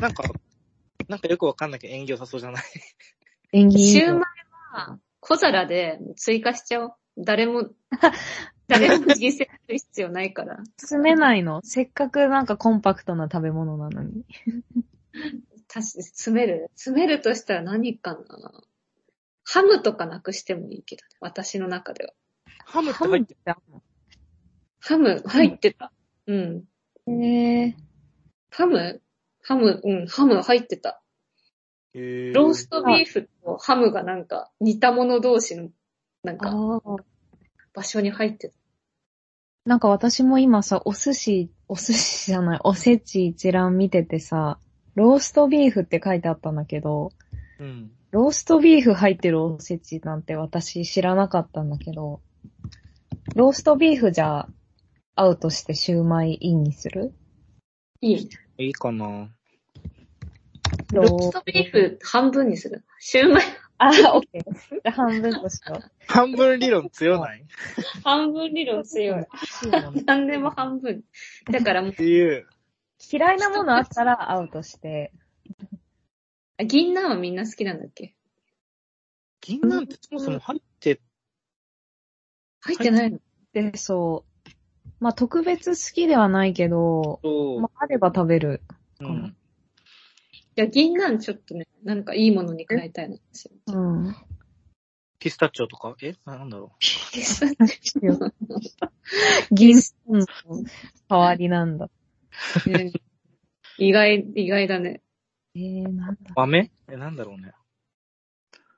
Speaker 3: なんか、なんかよくわかんないけど縁起良さそうじゃない？
Speaker 1: 縁起いい。
Speaker 2: シューマイは小皿で追加しちゃおう。誰も、誰も犠牲する必要ないから。
Speaker 1: 詰めないの？せっかくなんかコンパクトな食べ物なのに。
Speaker 2: 確かに、詰める詰めるとしたら何かな。ハムとかなくしてもいいけどね。私の中では。
Speaker 3: ハムって入ってた？
Speaker 2: ハム入ってた。うん。
Speaker 1: へえ。
Speaker 2: ハムハム、うん、ハム入ってた。
Speaker 3: へー。
Speaker 2: ローストビーフとハムがなんか似たもの同士の、なんか、場所に入ってた。
Speaker 1: なんか私も今さ、お寿司、お寿司じゃない、おせち一覧見ててさ、ローストビーフって書いてあったんだけど、
Speaker 3: うん。
Speaker 1: ローストビーフ入ってるおせちなんて私知らなかったんだけど、ローストビーフじゃアウトしてシューマイインにする？
Speaker 2: いい。
Speaker 3: いいかな。
Speaker 2: ローストビーフ半分にする。シューマイ。
Speaker 1: あ、オッケー。じゃ半分としよう。
Speaker 3: 半分理論強ない？
Speaker 2: 半分理論強い。何でも半分。だからもう。
Speaker 1: 嫌いなものあったらアウトして。
Speaker 2: 銀杏はみんな好きなんだっけ？
Speaker 3: 銀杏ってそもそも入って、
Speaker 2: 入ってないの？
Speaker 1: で、そう。まあ、特別好きではないけど、まあ、あれば食べるかな。うん、
Speaker 2: いや、銀杏ちょっとね、なんかいいものに変えたいんですよ。
Speaker 1: うん。
Speaker 3: ピスタチオとか？えなんだろう。
Speaker 1: ピスタチオ。銀杏の代わりなんだ。
Speaker 2: ね、意外、意外だね。
Speaker 1: えー、なんだ。
Speaker 3: 豆？え、なんだろうね。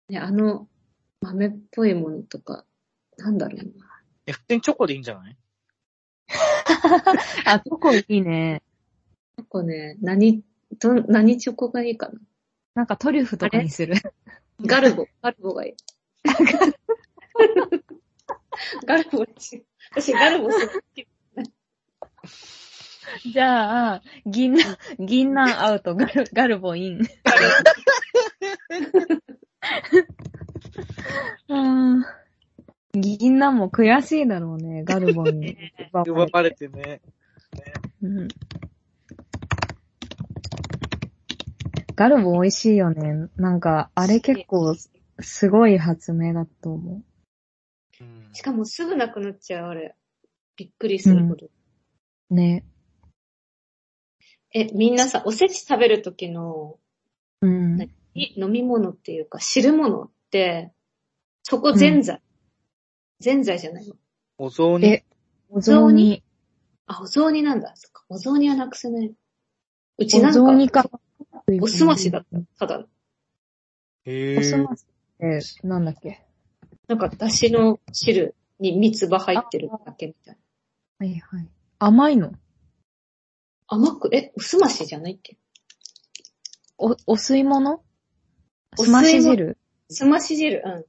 Speaker 2: ね、あの、豆っぽいものとか、なんだろうな。
Speaker 3: え、普通にチョコでいいんじゃない？
Speaker 1: あ、チョコいいね。
Speaker 2: チョコね、何、ど、何チョコがいいかな。
Speaker 1: なんかトリュフとかにする。
Speaker 2: ガルボ、ガルボがいい。ガルボ、私ガルボすごい好き。
Speaker 1: じゃあ、銀杏、銀杏アウト、ガル、ガルボイン。うん銀杏も悔しいだろうね、ガルボに。
Speaker 3: 奪われてね。
Speaker 1: うん、ガルボ美味しいよね。なんか、あれ結構すごい発明だと思
Speaker 2: う。しかもすぐなくなっちゃう、あれ。びっくりするほど。
Speaker 1: うん、ね。
Speaker 2: え、みんなさ、おせち食べるときの、
Speaker 1: うん、
Speaker 2: 飲み物っていうか、汁物って、そこぜんざい。うん、ぜんざいじゃないの。
Speaker 3: お雑煮。
Speaker 1: え、お雑煮。
Speaker 2: あ、お雑煮なんだ。そっか。お雑煮はなくせない。うちなんか、
Speaker 1: お雑煮か。
Speaker 2: おすましだった。ただ。
Speaker 3: へー。
Speaker 1: おすましってなんだっけ？
Speaker 2: なんか、だしの汁に三つ葉入ってるだけみたい
Speaker 1: な。はいはい。甘いの？
Speaker 2: 甘く、え、おすましじゃないっけ？
Speaker 1: お、お吸い物？すまし汁？
Speaker 2: すまし汁、うん。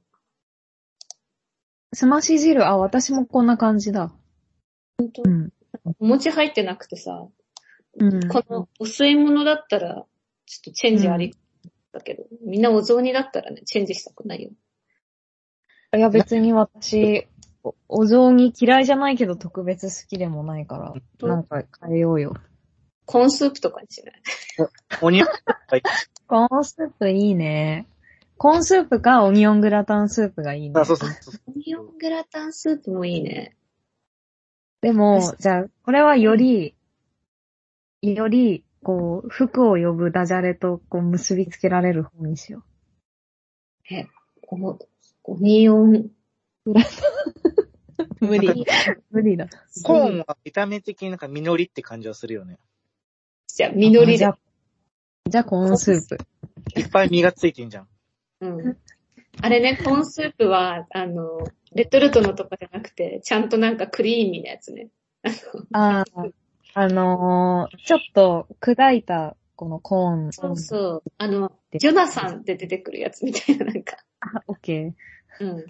Speaker 1: すまし汁、あ、私もこんな感じだ。
Speaker 2: ほんと？
Speaker 1: うん。
Speaker 2: お餅入ってなくてさ、
Speaker 1: うん、
Speaker 2: このお吸い物だったら、ちょっとチェンジありだけど、うん、みんなお雑煮だったらね、チェンジしたくないよ。
Speaker 1: いや別に私、お、お雑煮嫌いじゃないけど特別好きでもないから、なんか変えようよ。
Speaker 2: コーンスープとかにしない？
Speaker 3: オニオン
Speaker 1: コーンスープいいね。コーンスープかオニオングラタンスープがいいね。
Speaker 3: あ、そうそうそう。
Speaker 2: オニオングラタンスープもいいね。
Speaker 1: でも、じゃあ、これはより、うん、より、こう、服を呼ぶダジャレとこう結びつけられる方にしよ
Speaker 2: う。え、この、オニオングラタ
Speaker 1: ン。無理。無理だ。
Speaker 3: コーンは見た目的になんか実りって感じはするよね。
Speaker 2: じゃあ、実りで。
Speaker 1: じゃあ、じゃあコーンスープ。
Speaker 3: いっぱい実がついてんじゃん。
Speaker 2: うん。あれね、コーンスープは、あの、レトルトのとかじゃなくて、ちゃんとなんかクリーミーなやつね。
Speaker 1: ああ、あのー、ちょっと砕いたこのコーン。
Speaker 2: そうそう。あの、ジョナサンって出てくるやつみたいな、なんか。
Speaker 1: あ、オッケ
Speaker 2: ー。うん。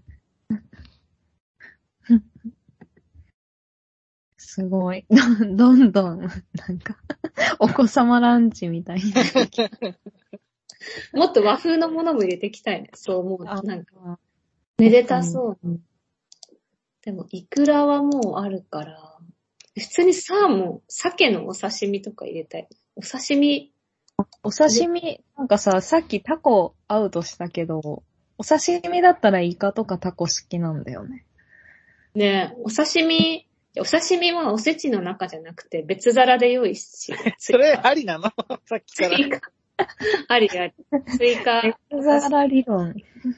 Speaker 1: すごい。どんどん、なんか、お子様ランチみたいな。
Speaker 2: もっと和風のものも入れていきたいね。そう思う。なんか、めでたそう。でも、イクラはもうあるから、普通にサーモン、鮭のお刺身とか入れたい。お刺身。
Speaker 1: お刺身、なんかさ、さっきタコアウトしたけど、お刺身だったらイカとかタコ好きなんだよね。
Speaker 2: ねえ、お刺身、お刺身はおせちの中じゃなくて別皿で用意し。
Speaker 3: それありなの？さっきから。
Speaker 2: 追加。ありあり。追加。
Speaker 1: 別皿理論。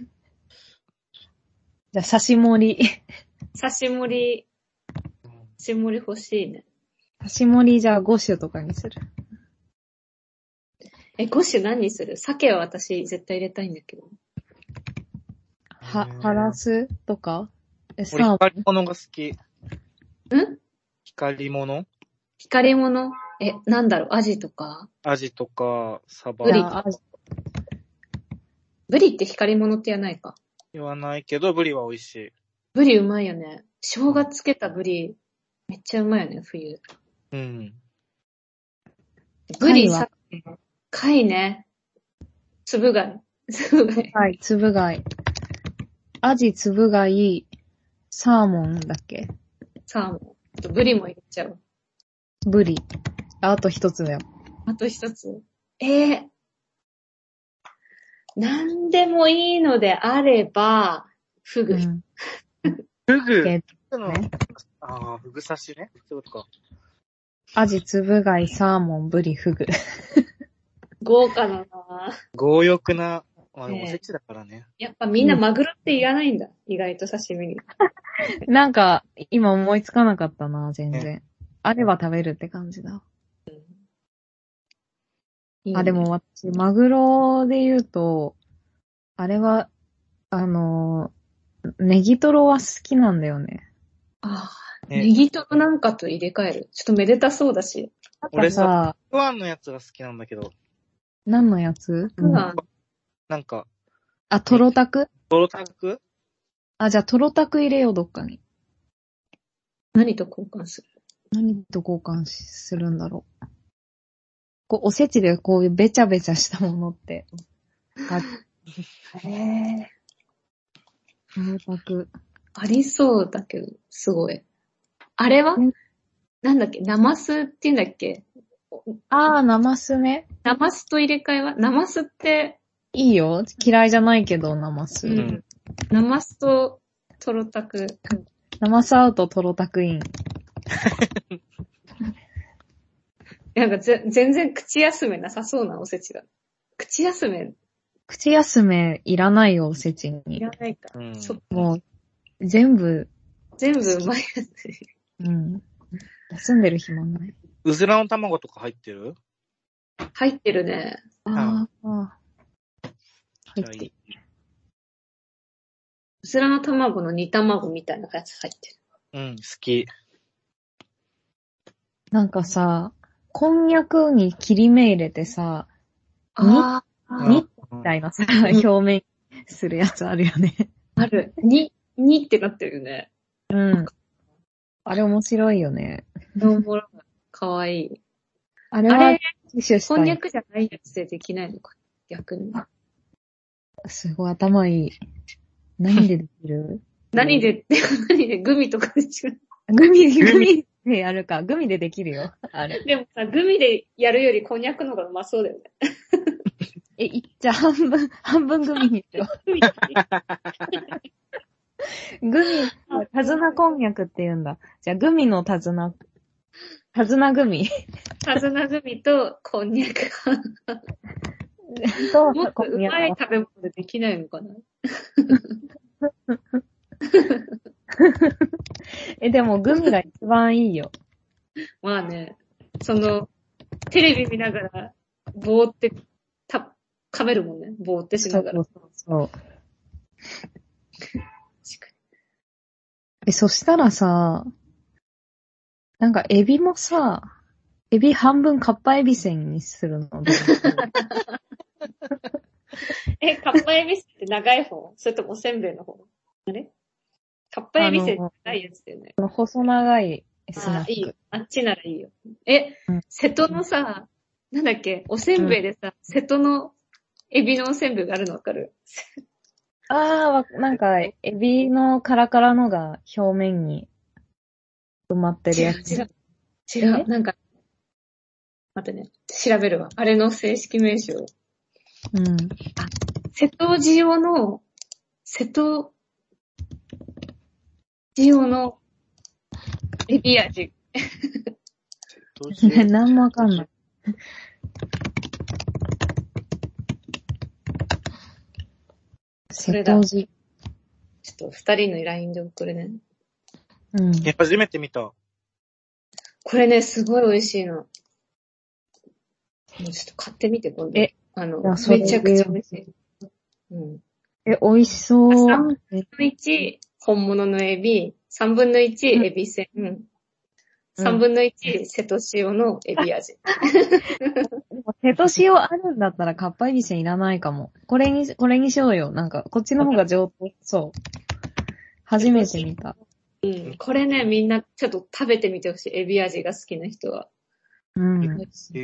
Speaker 1: じゃあ、刺し盛り。
Speaker 2: 刺し盛り。刺し盛り欲しいね。
Speaker 1: 刺し盛りじゃあご種とかにする。
Speaker 2: え、ご種何にする？鮭は私絶対入れたいんだけど。
Speaker 1: は、ハラスとか
Speaker 3: え、俺光り物が好き。
Speaker 2: ん？
Speaker 3: 光り物？
Speaker 2: 光り物？え、なんだろう、アジとか？
Speaker 3: アジとか、サバ。
Speaker 2: ブリとか。ブリって光り物って言わないか。
Speaker 3: 言わないけど、ブリは美味しい。
Speaker 2: ブリうまいよね。生姜つけたブリ、めっちゃうまいよね、冬。
Speaker 3: うん。
Speaker 2: ブリ、さ、貝ね。つぶ貝。つぶ貝。
Speaker 1: はい、つぶ貝。アジ、つぶ貝、サーモンだっけ？
Speaker 2: サーモン。ブリも入れちゃう。
Speaker 1: ブリ。あと一つだよ。
Speaker 2: あと一つ。ええー。なんでもいいのであれば、フグ。うん、
Speaker 3: フグ、ね、ああ、フグ刺しね。そういうことか。
Speaker 1: アジ、つぶ貝、サーモン、ブリ、フグ。
Speaker 2: 豪華だな。
Speaker 3: 強欲な、まあ、おせちだからね。
Speaker 2: やっぱみんなマグロって言わないんだ。うん、意外と刺身に。
Speaker 1: なんか、今思いつかなかったな、全然。あれば食べるって感じだ。
Speaker 2: いいね、
Speaker 1: あ、でも私、マグロで言うと、あれはあのー、ネギトロは好きなんだよね。
Speaker 2: ああ、ネギトロなんかと入れ替える。ちょっとめでたそうだし。
Speaker 3: 俺さ、クワンのやつが好きなんだけど。
Speaker 1: 何のやつ？
Speaker 2: クワン。
Speaker 3: なんか。
Speaker 1: あ、トロタク？
Speaker 3: トロタク？
Speaker 1: あ、じゃあトロタク入れよう、どっかに。
Speaker 2: 何と交換する？
Speaker 1: 何と交換するんだろう。こう、おせちでこういうべちゃべちゃしたものって。あ、
Speaker 2: へぇ
Speaker 1: トロタク。
Speaker 2: ありそうだけど、すごい。あれはなんだっけナマスって言うんだっけ？
Speaker 1: あー、ナマスね。
Speaker 2: ナマスと入れ替えはナマスって、
Speaker 1: いいよ。嫌いじゃないけど、ナマス。
Speaker 2: うん。ナマスとトロタク。
Speaker 1: ナマスアウト、トロタクイン。
Speaker 2: なんかぜ全然口休めなさそうなおせちだ。口休め。
Speaker 1: 口休めいらないよ、おせちに。
Speaker 2: いらないか。
Speaker 3: うん、
Speaker 2: そ
Speaker 1: もう、全部。
Speaker 2: 全部うまいやつ。
Speaker 1: うん。休んでる暇ない。
Speaker 3: うずらの卵とか入ってる？
Speaker 2: 入ってるね。
Speaker 1: ああ。入ってる。
Speaker 2: うずらの卵の煮卵みたいなやつ入って
Speaker 3: る。うん、好き。
Speaker 1: なんかさ、こんにゃくに切り目入れてさ、
Speaker 2: あ
Speaker 1: あ、にみたいなさ、うん、表面するやつあるよね。
Speaker 2: ある。に、にってなってるよね。
Speaker 1: うん。あれ面白いよね。
Speaker 2: おもろい。かわいい。
Speaker 1: あれは、
Speaker 2: こんにゃくじゃないやつでできないのか、逆に。
Speaker 1: すごい頭いい。何でできる？
Speaker 2: 何で、何で、グミとかで違う。
Speaker 1: グミ、グミでやるか。グミでできるよ。あれ。
Speaker 2: でもさ、グミでやるよりこんにゃくの方がうまそうだよね。
Speaker 1: え、いっちゃ半分、半分グミにしよう。グミ、手綱こんにゃくって言うんだ。じゃあ、グミの手綱、手綱グミ。
Speaker 2: 手綱グミとこんにゃくが。もっとうまい食べ物でできないのかな
Speaker 1: え、でもグミが一番いいよ。
Speaker 2: まあね、その、テレビ見ながら、ぼーって、た、噛めるもんね。ぼーってしながら。
Speaker 1: そうそうそう。え、そしたらさ、なんかエビもさ、エビ半分カッパエビせんにするのどう？
Speaker 2: え、カッパエビせんって長い方？それともおせんべいの方？あれカッパエビせんって長いやつだよね。
Speaker 1: 細長いスナック。
Speaker 2: あ、いいよ。あっちならいいよ。え、うん、瀬戸のさ、なんだっけ、おせんべいでさ、うん、瀬戸のエビのおせんべいがあるのわかる？
Speaker 1: ああ、なんか、エビのカラカラのが表面に埋まってるやつ。
Speaker 2: 違う、違う。違う。なんか、待ってね。調べるわ。あれの正式名称。
Speaker 1: うん。
Speaker 2: あ、瀬戸塩の、瀬戸塩のエビ味。
Speaker 1: ね、なんもわかんない。
Speaker 2: それだ。ちょっと二人の ライン で送るね。
Speaker 1: うん。
Speaker 3: え、初めて見た。
Speaker 2: これね、すごい美味しいの。もうちょっと買ってみて、今度。え、あの、めちゃくちゃ美味しい。うん。
Speaker 1: え、美味しそう。
Speaker 2: さんぶんのいち、本物のエビ、さんぶんのいち、エビせん、うん、さんぶんのいち、瀬戸塩のエビ味。
Speaker 1: 瀬戸塩あるんだったらカッパエビせんいらないかも。これに、これにしようよ。なんか、こっちの方が上等。そう。初めて見た。
Speaker 2: うん。これね、みんなちょっと食べてみてほしい。エビ味が好きな人は。
Speaker 1: うん。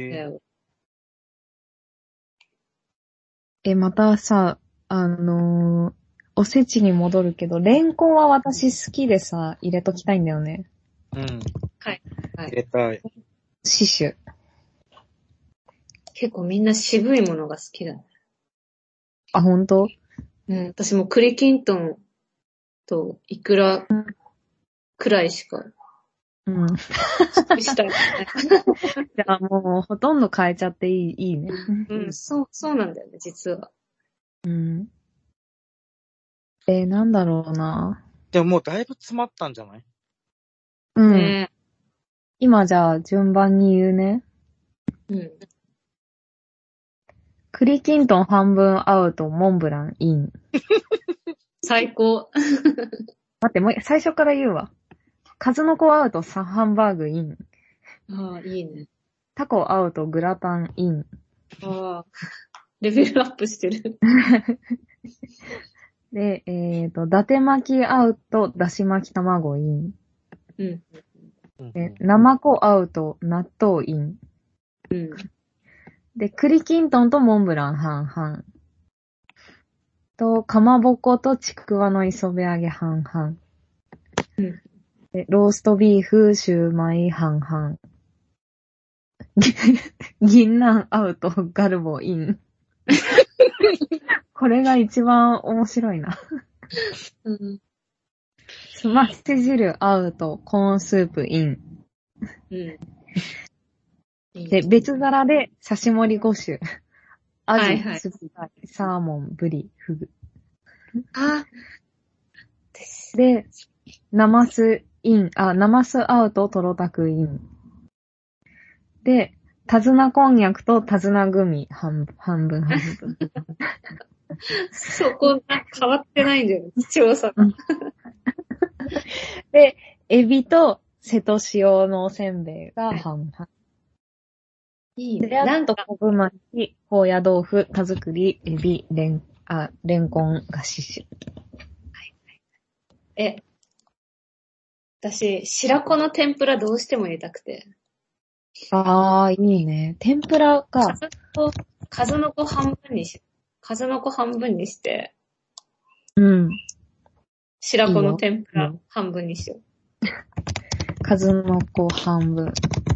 Speaker 1: え、またさ、あのー、おせちに戻るけど、レンコンは私好きでさ、入れときたいんだよね。
Speaker 3: うん。
Speaker 2: はい。はい、
Speaker 3: 入れたい。
Speaker 1: シシュ。
Speaker 2: 結構みんな渋いものが好きだね。
Speaker 1: あ、ほんと？
Speaker 2: うん。私も栗きんとんとイクラくらいしか。
Speaker 1: うん。
Speaker 2: したい、ね。
Speaker 1: じゃあもうほとんど変えちゃっていい、いいね。
Speaker 2: うん、そう、そうなんだよね、実は。
Speaker 1: うん。えー、なんだろうな。
Speaker 3: でももうだいぶ詰まったんじゃない？
Speaker 1: うん。ね、今じゃあ順番に言うね。
Speaker 2: うん。
Speaker 1: 栗きんとん半分アウト、モンブランイン。
Speaker 2: 最高。
Speaker 1: 待って、もう最初から言うわ。数の子アウト、サハンバーグイン。
Speaker 2: ああ、いいね。
Speaker 1: タコアウト、グラタンイン。
Speaker 2: ああ、レベルアップしてる。
Speaker 1: で、えっと、伊達巻きアウト、だし巻き卵イン。
Speaker 2: うん。
Speaker 1: で、生子アウト、納豆イン。
Speaker 2: うん。
Speaker 1: で、栗きんとんとモンブラン半々。と、かまぼことちくわの磯辺揚げ半々。
Speaker 2: うん。
Speaker 1: で、ローストビーフ、シューマイ半々。銀杏アウト、ガルボイン。これが一番面白いな。
Speaker 2: うん。
Speaker 1: すまし汁アウト、コーンスープイン。
Speaker 2: うん。
Speaker 1: で、別皿で刺し盛りご種。アジ、
Speaker 2: はいはい
Speaker 1: スプタイ、サーモン、ブリ、フグ。
Speaker 2: あ、
Speaker 1: で、ナマスイン、あ、ナマスアウト、トロタクイン。で、タズナこんにゃくとタズナグミ、半半分半分。
Speaker 2: そこが変わってないんだよね、貴重さが。
Speaker 1: で、エビと瀬戸塩のおせんべいが半々。
Speaker 2: いいね。
Speaker 1: で、あと、昆布巻き、高野豆腐、田作り、エビ、レン、あ、レンコンがしし。
Speaker 2: え、私、白子の天ぷらどうしても入れたくて。
Speaker 1: あー、いいね。天ぷらか。
Speaker 2: 数の子、数の子半分にし、数の子半分にして、
Speaker 1: うん。
Speaker 2: 白子の天ぷら
Speaker 1: いいよ
Speaker 2: 半分にしよう。
Speaker 1: 数の子半分。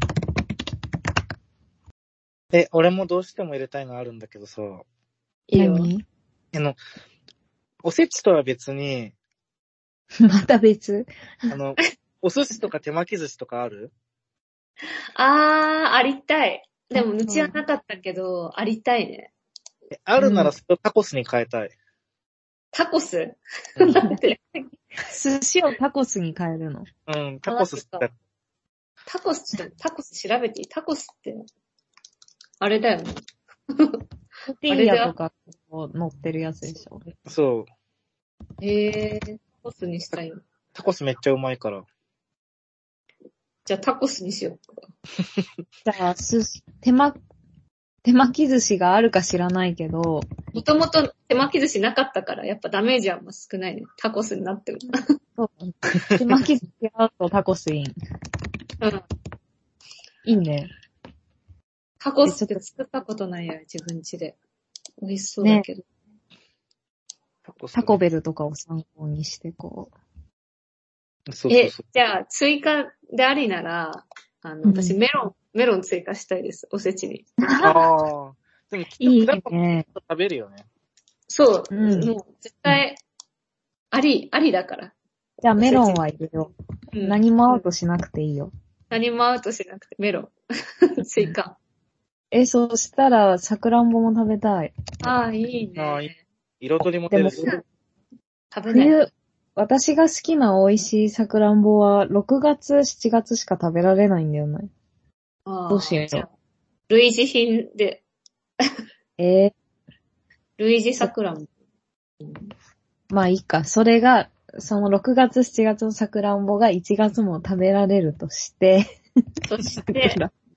Speaker 3: え、俺もどうしても入れたいのあるんだけどさ。
Speaker 2: いいよ。
Speaker 1: 何？
Speaker 3: あの、おせちとは別に、
Speaker 1: また別？
Speaker 3: あの、お寿司とか手巻き寿司とかある？
Speaker 2: あー、ありたい。でも、うちはなかったけど、ありたいね。
Speaker 3: えあるならそれをタコスに変えたい。
Speaker 2: タコス？
Speaker 3: うん、
Speaker 2: だって、
Speaker 1: 寿司をタコスに変えるの。
Speaker 3: うん、タコスって。
Speaker 2: タコス、ちょっとタコス調べていい？タコスって、あれだよね。
Speaker 1: トティーヤとか乗ってるやつでしょ。
Speaker 3: そう。
Speaker 2: へー、タコスにしたいの。
Speaker 3: タコスめっちゃうまいから。
Speaker 2: じゃあタコスにしよう。
Speaker 1: じゃあ、す、手巻、手巻き寿司があるか知らないけど、
Speaker 2: もともと手巻き寿司なかったから、やっぱダメージは少ないね。タコスになってる。
Speaker 1: そう手巻き寿司アウトタコスイン。
Speaker 2: うん。
Speaker 1: いいね。
Speaker 2: タコスって作ったことないや、自分家で。美味しそうだけど。ね、
Speaker 3: タコス、ね、
Speaker 1: タコベルとかを参考にして、こ
Speaker 3: う。そうそうそう。
Speaker 2: え、じゃあ、追加でありなら、あの、私メロン、うん、メロン追加したいです、おせちに。
Speaker 3: ああ。でもきっと果物食べるよね。
Speaker 2: そう、うん、もう絶対、あり、ありだから。
Speaker 1: じゃあメロンは入れよう、うん。何もアウトしなくていいよ。
Speaker 2: 何もアウトしなくて、メロン。追加。
Speaker 1: え、そしたら、さくらんぼも食べたい。
Speaker 2: ああ、いいね。あ
Speaker 3: 彩りも出るし。
Speaker 2: 食べない。
Speaker 1: 冬、私が好きな美味しいさくらんぼは、ろくがつ、しちがつしか食べられないんだよね。ああ。どうしよう。
Speaker 2: 類似品で。
Speaker 1: えー、
Speaker 2: 類似さくらんぼ。
Speaker 1: まあいいか。それが、そのろくがつ、しちがつのさくらんぼがいちがつも食べられるとして。
Speaker 2: そして、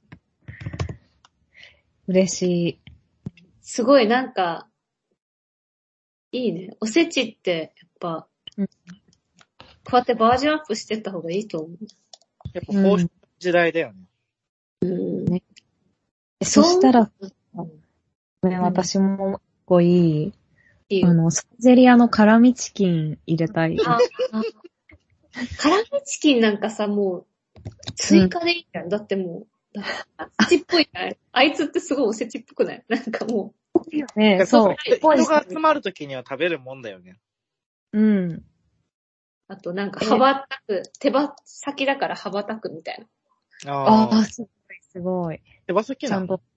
Speaker 1: 嬉しい。
Speaker 2: すごいなんか、いいね。おせちって、やっぱ、うん、こうやってバージョンアップしてった方がいいと思う。
Speaker 3: やっぱこういう時代だよね。
Speaker 2: うん。ね、
Speaker 1: そしたら、ね、私もこういい、いいあの、サイゼリアの辛味チキン入れたい。
Speaker 2: ああ辛味チキンなんかさ、もう、追加でいいじゃん。うん、だってもう、おせちっぽいじゃない？あいつってすごいおせちっぽくない？なんかも
Speaker 1: う。ね、そう。
Speaker 3: 人が集まるときには食べるもんだよね。
Speaker 1: うん。
Speaker 2: あとなんか羽ばたく、手羽先だから羽ばたくみたい
Speaker 1: な。ああ、すごい、すごい。
Speaker 3: 手羽先なの？ちゃんと。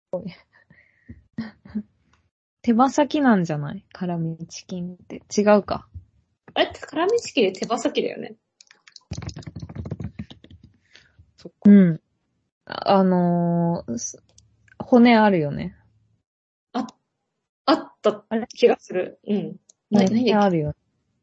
Speaker 1: 手羽先なんじゃない？辛味チキンって。違うか。
Speaker 2: あれって辛味チキンで手羽先だよね。
Speaker 1: そっか。うん。あのー、骨あるよね。
Speaker 2: あ、あった気がする。うん。
Speaker 1: 骨あるよ。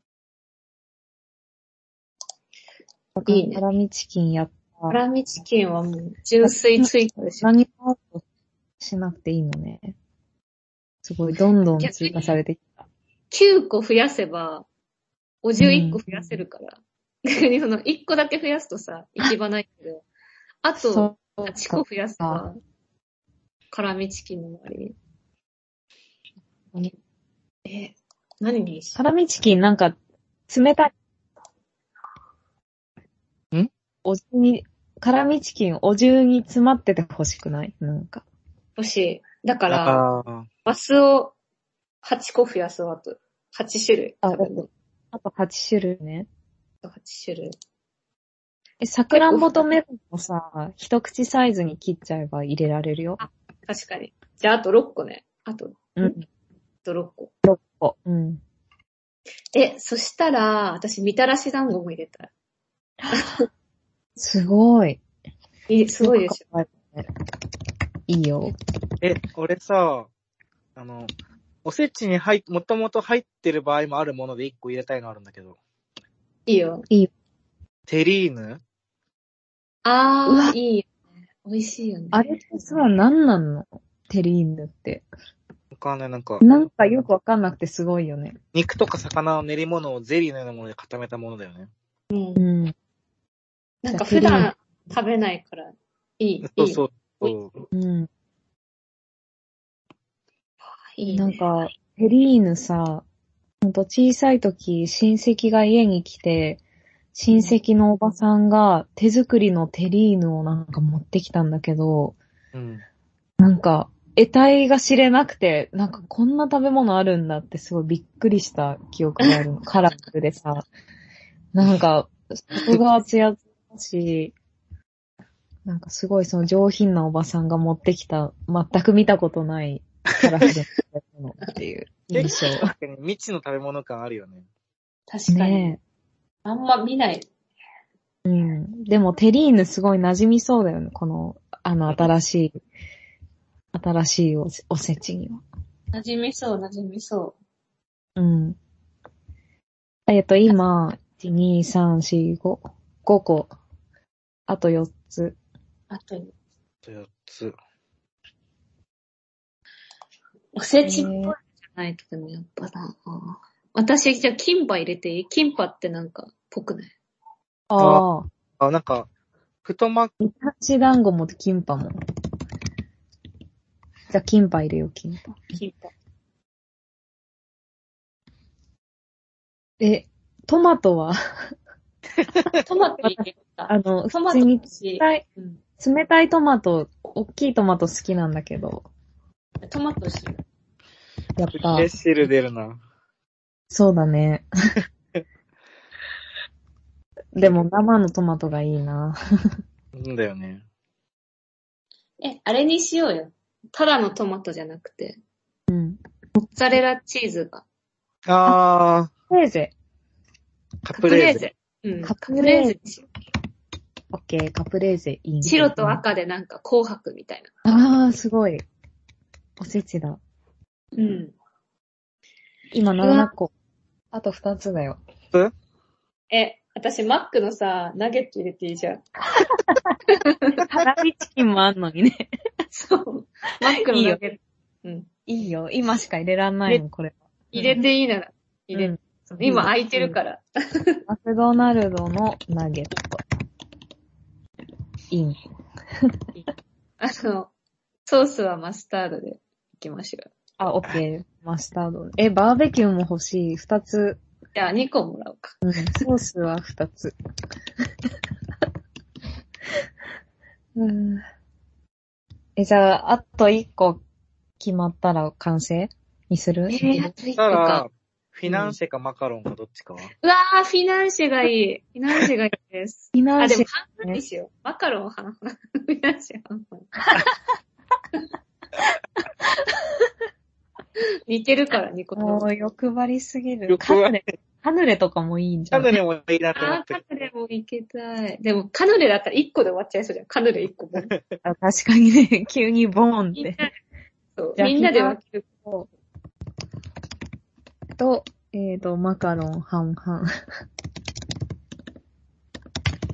Speaker 2: いいね。
Speaker 1: 辛味チキンやった。
Speaker 2: 辛味チキンはもう純粋追加でしょ。
Speaker 1: 何もしなくていいのね。すごい、どんどん追加されてきた。
Speaker 2: きゅうこ増やせば、お重いっこ増やせるから。逆にそのいっこだけ増やすとさ、行き場ないけど、あとはちこ増やせば、辛味チキンの周りに。え、何にし
Speaker 1: 辛味チキンなんか、冷たい。
Speaker 3: ん
Speaker 1: お重に、辛味チキンお重に詰まってて欲しくないなんか。
Speaker 2: 欲しい。だから、マスをはちこ増やすわと。はち種類。
Speaker 1: あ、あとはち種類ね。
Speaker 2: あとはち種類。
Speaker 1: え、さくらんぼとメロンもさ、一口サイズに切っちゃえば入れられるよ。
Speaker 2: あ、確かに。じゃああとろっこね。あと、
Speaker 1: うん。
Speaker 2: あとろっこ。
Speaker 1: ろっこ。うん。
Speaker 2: え、そしたら、私、みたらし団子も入れたい。
Speaker 1: すごい。
Speaker 2: いい、すごいでしょ。
Speaker 1: いいよ。
Speaker 3: え、俺さ、あの、おせちに入っ、もともと入ってる場合もあるものでいっこ入れたいのあるんだけど。
Speaker 2: いいよ。
Speaker 1: いいよ。
Speaker 3: テリーヌ
Speaker 2: あー、いいよね。美味しいよね。
Speaker 1: あれってさ、何なんのテリーヌって。
Speaker 3: わかんない、なんか。
Speaker 1: なんかよくわかんなくてすごいよね。
Speaker 3: 肉とか魚の練り物をゼリーのようなもので固めたものだよね。
Speaker 2: うん。
Speaker 1: うん。
Speaker 2: なんか普段食べないから、いい。
Speaker 3: そうそうそう。
Speaker 1: うん。
Speaker 2: いいね。
Speaker 1: なんか、テリーヌさ、ほんと小さい時、親戚が家に来て、親戚のおばさんが手作りのテリーヌをなんか持ってきたんだけど、
Speaker 3: うん。
Speaker 1: なんか、得体が知れなくて、なんかこんな食べ物あるんだってすごいびっくりした記憶があるの。カラフルでさ。なんか、外側ツヤツヤだし、なんかすごいその上品なおばさんが持ってきた、全く見たことないカラフルな食べ物っていう印象。
Speaker 3: 確かに未知の食べ物感あるよね。
Speaker 2: 確かに。ね、あんま見ない。
Speaker 1: うん。でもテリーヌすごい馴染みそうだよね。この、あの新しい、新しいお、おせちには。
Speaker 2: 馴染みそう、馴染みそ
Speaker 1: う。うん。えっと、今、いち、に、さん、よん、ご、ごこ。あとよっつ。
Speaker 2: あとよ
Speaker 3: っつ。
Speaker 2: おせちっぽいじゃないとでもやっぱな。私、じゃあ、キンパ入れていい？キンパってなんか、ぽくない？
Speaker 1: ああ。
Speaker 3: あ、なんか、太巻き。
Speaker 1: みたらし団子もキンパも。じゃあ、キンパ入れよう、キンパ。
Speaker 2: キンパ。
Speaker 1: え、トマトは
Speaker 2: トマト入れた。
Speaker 1: あの、普通に冷たい、うん、冷たいトマト、大きいトマト好きなんだけど。
Speaker 2: トマト汁。
Speaker 1: やった。
Speaker 3: え、汁出るな。
Speaker 1: そうだね。でも生のトマトがいいな。
Speaker 3: んだよね。
Speaker 2: え、あれにしようよ。ただのトマトじゃなくて。
Speaker 1: うん。
Speaker 2: モッツァレラチーズが。
Speaker 3: あー。
Speaker 1: カプレーゼ。
Speaker 3: カプレーゼ。
Speaker 2: うん。カプレーゼにしよ
Speaker 1: う。オッケー、カプレーゼいいね。
Speaker 2: 白と赤でなんか紅白みたい
Speaker 1: な。あー、すごい。おせちだ。
Speaker 2: うん。
Speaker 1: 今ななこ。あとふたつだよ。
Speaker 2: え、私マックのさ、ナゲット入れていいじゃん。
Speaker 1: 辛味チキンもあんのにね。
Speaker 2: そう。マックのナゲット。うん。
Speaker 1: いいよ。今しか入れらんないもん、これ。
Speaker 2: 入れていいなら。入れ、うん、今空いてるから。
Speaker 1: マクドナルドのナゲット。いいね。
Speaker 2: あの、ソースはマスタードでいきましょう。
Speaker 1: あ、オッケー。マスタード。え、バーベキューも欲しい。二つ。
Speaker 2: じゃあにこもらおうか。
Speaker 1: うん、ソースは二つ。うん、え、じゃあ、あと一個決まったら完成にする？
Speaker 2: えー、あと一個か。
Speaker 3: フィナンシェかマカロンかどっちかは、
Speaker 2: うわー、フィナンシェがいい。フィナンシェがいいです。
Speaker 1: フィナンシェ。
Speaker 2: あ、でも半分にしよう。マカロン半分。フィナンシェ半分。似てるからにこと。
Speaker 1: もう欲張りすぎる。カヌレ、カヌレとかもいいんじゃん。
Speaker 3: カヌレもいいなと思って。
Speaker 2: あー、カヌレもいけたい。でもカヌレだったらいっこで終わっちゃいそうじゃん。カヌレいっこも。
Speaker 1: あ、確かにね、急にボーンって。
Speaker 2: そうみんなで分ける。
Speaker 1: と、えっ、ー、と、マカロン半々。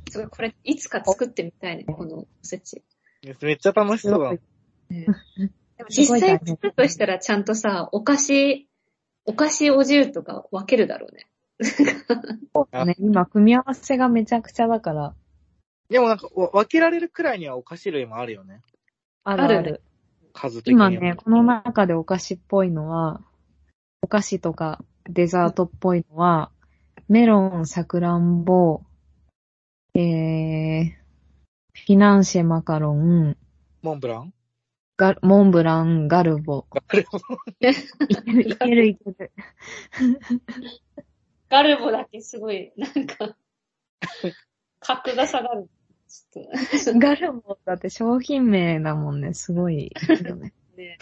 Speaker 2: すごい、これ、いつか作ってみたいね、このおせち。
Speaker 3: めっちゃ楽しそうだ。
Speaker 2: ね、でも実際作るとしたらちゃんとさ、お菓子、お菓子お重とか分けるだろうね。
Speaker 1: そうね、今、組み合わせがめちゃくちゃだから。
Speaker 3: でもなんか、分けられるくらいにはお菓子類もあるよね。
Speaker 1: あるある。ある
Speaker 3: 数的には。
Speaker 1: 今ね、この中でお菓子っぽいのは、お菓子とかデザートっぽいのは、メロン、サクランボ、えー、フィナンシェマカロン、
Speaker 3: モンブラン
Speaker 1: ガモンブラン、ガルボ。
Speaker 3: ガルボ。
Speaker 1: いける、いける、いける。
Speaker 2: ガルボだけすごい、なんか、格が下がる。
Speaker 1: ガルボだって商品名だもんね。すごいよね。ね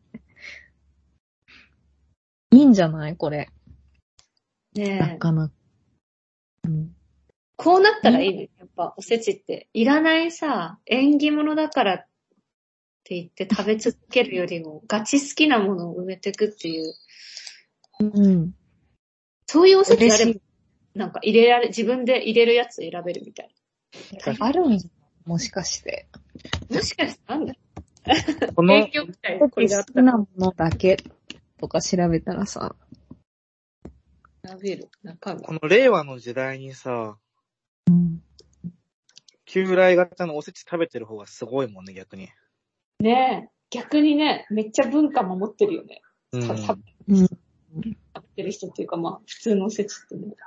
Speaker 1: いいんじゃないこれ。
Speaker 2: ねえ。
Speaker 1: なかなか。うん、
Speaker 2: こうなったらいいね。やっぱおせちって。いらないさ、縁起物だからって言って食べ続けるよりも、ガチ好きなものを埋めていくっていう。
Speaker 1: うん。
Speaker 2: そういうおせちあれば、なんか入れられ、自分で入れるやつ選べるみたいな。
Speaker 1: あるんじゃもしかして。
Speaker 2: もしかしてなんだ
Speaker 3: この、
Speaker 1: 好きなものだけとか調べたらさ。
Speaker 2: 調べる。中身。
Speaker 3: この令和の時代にさ、
Speaker 1: うん、
Speaker 3: 旧来型のおせち食べてる方がすごいもんね、逆に。
Speaker 2: ねえ。逆にね、めっちゃ文化守ってるよね。
Speaker 3: うん。
Speaker 2: 食べてる人っていうか、まあ、普通のおせちってね。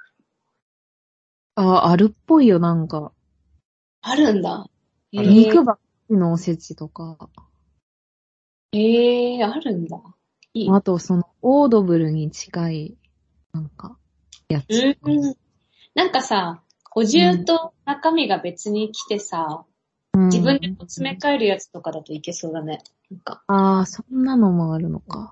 Speaker 1: あ、あるっぽいよ、なんか。
Speaker 2: あるんだ。
Speaker 1: えー、肉ばっかりのおせちとか。
Speaker 2: ええー、あるんだ。いい。
Speaker 1: あと、その、オードブルに近い、なんか、やつ。
Speaker 2: うん。なんかさ、補充と中身が別に来てさ、うん、自分で詰め替えるやつとかだといけそうだね。なんか。
Speaker 1: ああ、そんなのもあるのか。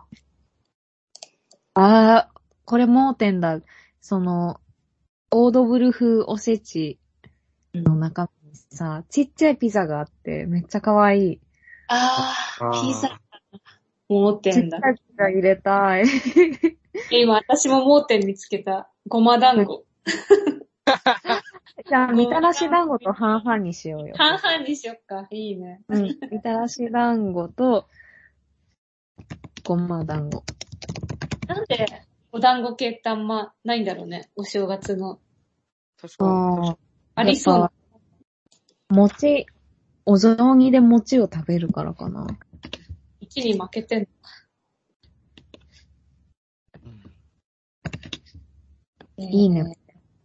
Speaker 1: ああ、これ盲点だ。その、オードブル風おせちの中身にさ、ちっちゃいピザがあって、めっちゃ可愛い。
Speaker 2: ああ、ピザ。盲点だ。
Speaker 1: ちっちゃいピザ入れたい。
Speaker 2: 今、私も盲点見つけた。ごま団子。
Speaker 1: じゃあ、みたらし団子と半々にしようよ。
Speaker 2: 半々にしよっか。いいね。
Speaker 1: うん。みたらし団子と、ごま団子。
Speaker 2: なんで、お団子系ってあんまないんだろうね。お正月の。
Speaker 3: 確かに。
Speaker 2: ありそう。
Speaker 1: 餅、お雑煮で餅を食べるからかな。
Speaker 2: 一に負けてんの。
Speaker 1: うん、いいね。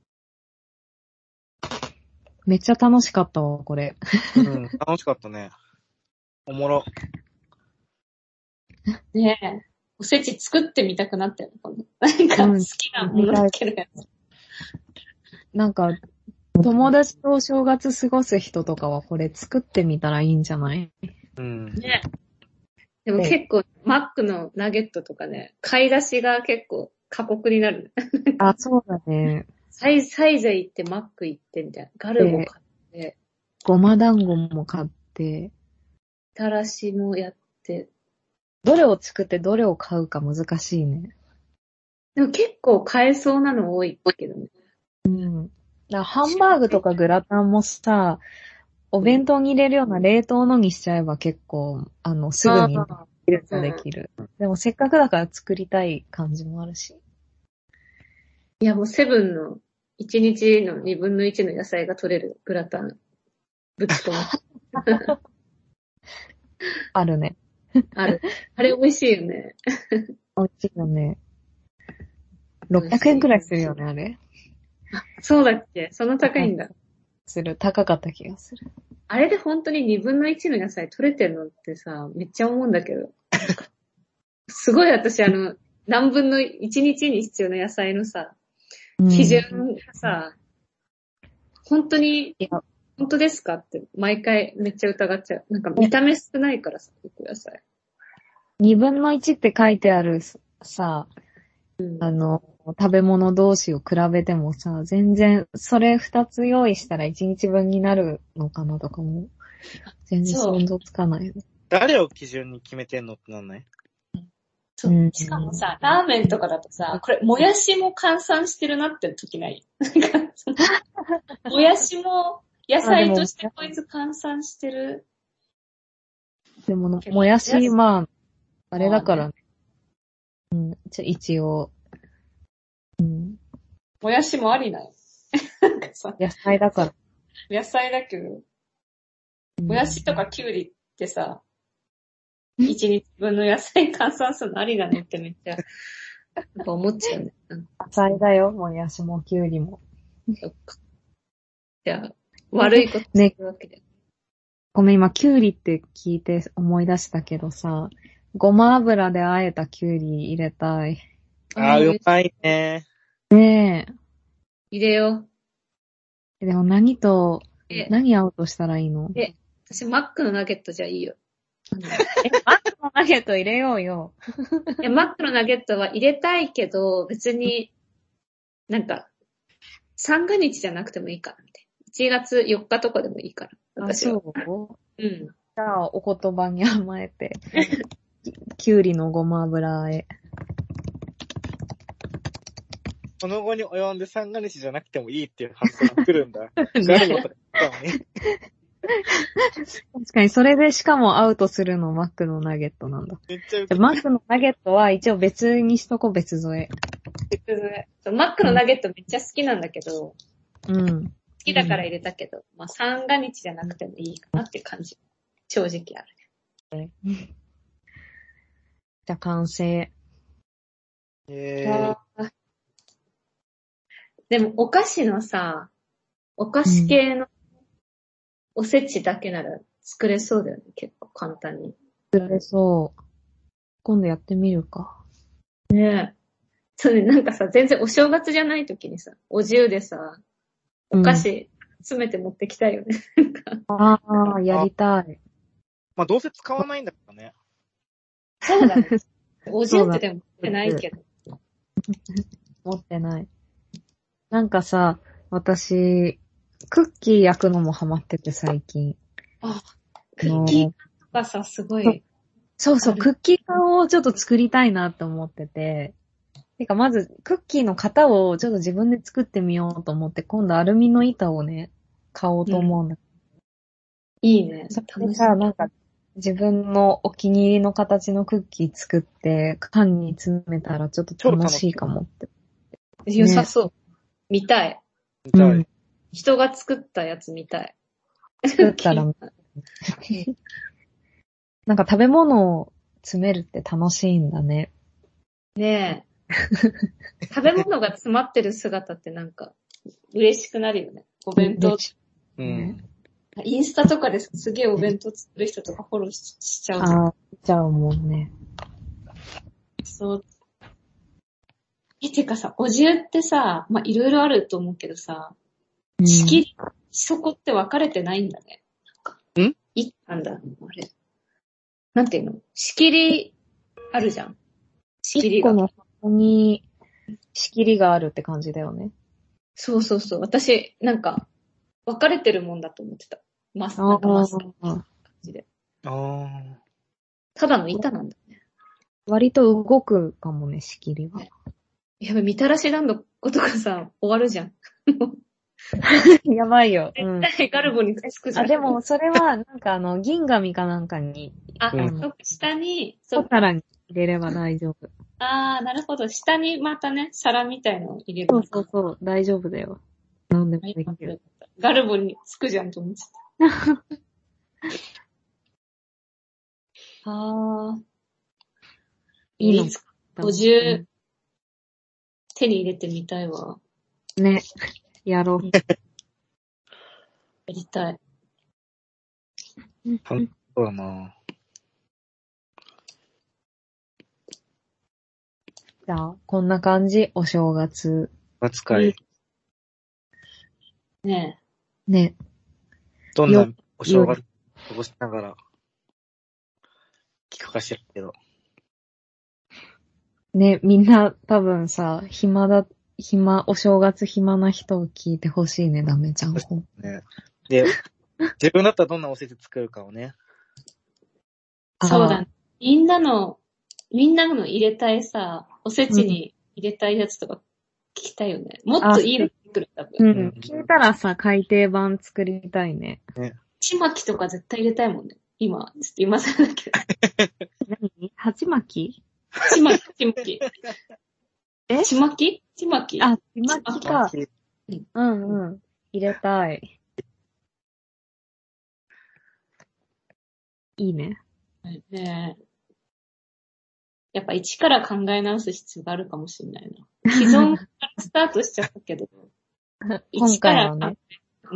Speaker 1: めっちゃ楽しかったわ、これ。
Speaker 3: うん、楽しかったね。おもろ。
Speaker 2: ねえ。おせち作ってみたくなったよ。なんか好きなものつけるやつ。
Speaker 1: なんか、友達とお正月過ごす人とかはこれ作ってみたらいいんじゃない？
Speaker 3: うん。
Speaker 2: ね。でも結構、マックのナゲットとかね、買い出しが結構過酷になる。
Speaker 1: あ、そうだね。
Speaker 2: サイ、サイゼ行ってマック行ってみたいな。ガルボ買って。
Speaker 1: ごま団子も買って。
Speaker 2: たらしもやって。
Speaker 1: どれを作ってどれを買うか難しいね。
Speaker 2: でも結構買えそうなの多いけどね。
Speaker 1: うん。だハンバーグとかグラタンもさ、お弁当に入れるような冷凍のにしちゃえば結構、あの、すぐにできるできる。でもせっかくだから作りたい感じもあるし。
Speaker 2: いやもうセブンのいちにちのにぶんのいちの野菜が取れるグラタンぶち込む。
Speaker 1: あるね。
Speaker 2: ある。あれ美味しいよね。
Speaker 1: 美味しいよね。ろっぴゃくえんくらいするよね、あれ。
Speaker 2: あ、そうだっけ？そんな高いんだ。
Speaker 1: する。高かった気がする。
Speaker 2: あれで本当ににぶんのいちの野菜取れてるのってさ、めっちゃ思うんだけど。すごい私あの、何分のいちにちに必要な野菜のさ、基準がさ、うん、本当に、本当ですかって毎回めっちゃ疑っちゃう。なんか見た目少ないからさ、ください。
Speaker 1: にぶんのいちって書いてあるさ、うん、あの、食べ物同士を比べてもさ、全然、それふたつ用意したらいちにちぶんになるのかなとかも、全然想像つかないよね。
Speaker 3: 誰を基準に決めてんのってなんない？
Speaker 2: そう。しかもさ、ラーメンとかだとさ、これ、もやしも換算してるなって時ない。なんか、もやしも野菜としてこいつ換算してる。
Speaker 1: でも、もやし、まあ、あれだからね。うん、じゃ一応。うん。
Speaker 2: もやしもありなよ。
Speaker 1: 野菜だから。
Speaker 2: 野菜だけど、もやしとかきゅうりってさ、一日分の野菜換算するのありなのってめっちゃ、やっぱ思っちゃうね。
Speaker 1: 野菜だよ、もやしもきゅうりも。
Speaker 2: そっか。じゃあ、悪いことするわけで、ね。
Speaker 1: ごめん、今、きゅうりって聞いて思い出したけどさ、ごま油で和えたきゅうり入れたい。
Speaker 3: あー、うまいね。
Speaker 1: ねえ。
Speaker 2: 入れよ
Speaker 1: う。でも何と、何合うとしたらいいの？
Speaker 2: え、私マックのナゲットじゃいいよ。
Speaker 1: え、マックのナゲット入れようよ。
Speaker 2: え、マックのナゲットは入れたいけど、別に、なんか、三が日じゃなくてもいいからみたいな。いちがつよっかとかでもいいから。私は。
Speaker 1: あ、そう？
Speaker 2: うん。
Speaker 1: じゃあ、お言葉に甘えて。きゅうりのごま油和え。
Speaker 3: その後に及んで三が日じゃなくてもいいっていう発想が来るんだ。ガルボとか言ったのに。
Speaker 1: 確かに、それでしかもアウトするのマックのナゲットなんだ。
Speaker 3: めっちゃウ
Speaker 1: ケー。マックのナゲットは一応別にしとこ、別添え。
Speaker 2: 別添え。マックのナゲットめっちゃ好きなんだけど、
Speaker 1: うん。好
Speaker 2: きだから入れたけど、うん、まあ三が日じゃなくてもいいかなっていう感じ。正直あるね。
Speaker 1: じゃあ完成。
Speaker 3: えー、
Speaker 2: でもお菓子のさ、お菓子系のおせちだけなら作れそうだよね、結構簡単に。
Speaker 1: 作れそう。今度やってみるか。
Speaker 2: ねえ。そうね、なんかさ、全然お正月じゃない時にさ、お重でさ、お菓子詰めて持ってきたいよね。
Speaker 1: うん、ああ、やりたい。
Speaker 3: まあどうせ使わないんだからね。
Speaker 2: そうだね。お重ってでも持ってないけど。
Speaker 1: 持ってない。なんかさ、私、クッキー焼くのもハマってて最近。
Speaker 2: あ、クッキーがさ、すごい。
Speaker 1: そうそう、クッキー缶をちょっと作りたいなって思ってて。てか、まず、クッキーの型をちょっと自分で作ってみようと思って、今度アルミの板をね、買おうと思うんだ。
Speaker 2: うん、いいね。
Speaker 1: それでさ、なんか、自分のお気に入りの形のクッキー作って、缶に詰めたらちょっと楽しいかもって。
Speaker 2: 良さそう。ね、見たい。
Speaker 3: 見たい、うん。
Speaker 2: 人が作ったやつ見たい。
Speaker 1: 作ったら、なんか食べ物を詰めるって楽しいんだね。
Speaker 2: ねえ。食べ物が詰まってる姿ってなんか嬉しくなるよね。お弁当。
Speaker 3: うん。
Speaker 2: インスタとかですげえお弁当作る人とかフォロー し, しちゃう。
Speaker 1: ああ、しちゃうもんね。
Speaker 2: そう。え、てかさ、お重ってさ、まあ、いろいろあると思うけどさ、うん、仕切り、そこって分かれてないんだね。
Speaker 3: ん？
Speaker 2: いなんだ、あれ。なんていうの？仕切り、あるじゃん。仕切りが。
Speaker 1: 一個の箱に仕切りがあるって感じだよね。
Speaker 2: そうそうそう。私、なんか、分かれてるもんだと思ってた。マス、なんかマスターの感じで。
Speaker 3: ああ。
Speaker 2: ただの板なんだね。
Speaker 1: 割と動くかもね、仕切りは。
Speaker 2: やばい、みたらし団子とかさ、終わるじゃん。
Speaker 1: やばいよ。うん。
Speaker 2: 絶対ガルボにくっつくじゃん。
Speaker 1: あ、でも、それは、なんかあの、銀紙かなんかに。
Speaker 2: あ、うん、そ下に、
Speaker 1: お皿に入れれば大丈夫。
Speaker 2: あー、なるほど。下にまたね、皿みたいのを入れる。
Speaker 1: そうそうそう、大丈夫だよ。なんでもできる。
Speaker 2: ガルボにつくじゃんと思っちゃった。あー。いいのか。ごじゅう、手に入れてみたいわ。
Speaker 1: ね。やろう。
Speaker 2: やりたい。
Speaker 3: そうだな。
Speaker 1: じゃあ、こんな感じ、お正月。
Speaker 3: お使い。
Speaker 2: ね
Speaker 1: え。ね。
Speaker 3: どんなお正月過ごしながら聞くかしらけど。
Speaker 1: ね、みんな多分さ、暇だ、暇、お正月暇な人を聞いてほしいね、ダメちゃん。ね。
Speaker 3: で、自分だったらどんなおせち作るかをね。
Speaker 2: そうだね。みんなのみんなの入れたいさ、おせちに入れたいやつとか聞きたいよね。もっといいの作る、多分。
Speaker 1: うん。聞いたらさ、改訂版作りたいね。
Speaker 3: ね。
Speaker 2: ちまきとか絶対入れたいもんね。今、ちょっと今更だけど。
Speaker 1: 何鉢巻き
Speaker 2: ちまき、ちまき。
Speaker 1: え
Speaker 2: ちまきちまき。
Speaker 1: あ、ちまきか。
Speaker 2: うん、
Speaker 1: うんうん。入れたい。いいね。
Speaker 2: ねえ。やっぱ一から考え直す必要があるかもしれないな。既存からスタートしちゃったけど。
Speaker 1: 今回はね。
Speaker 2: うん。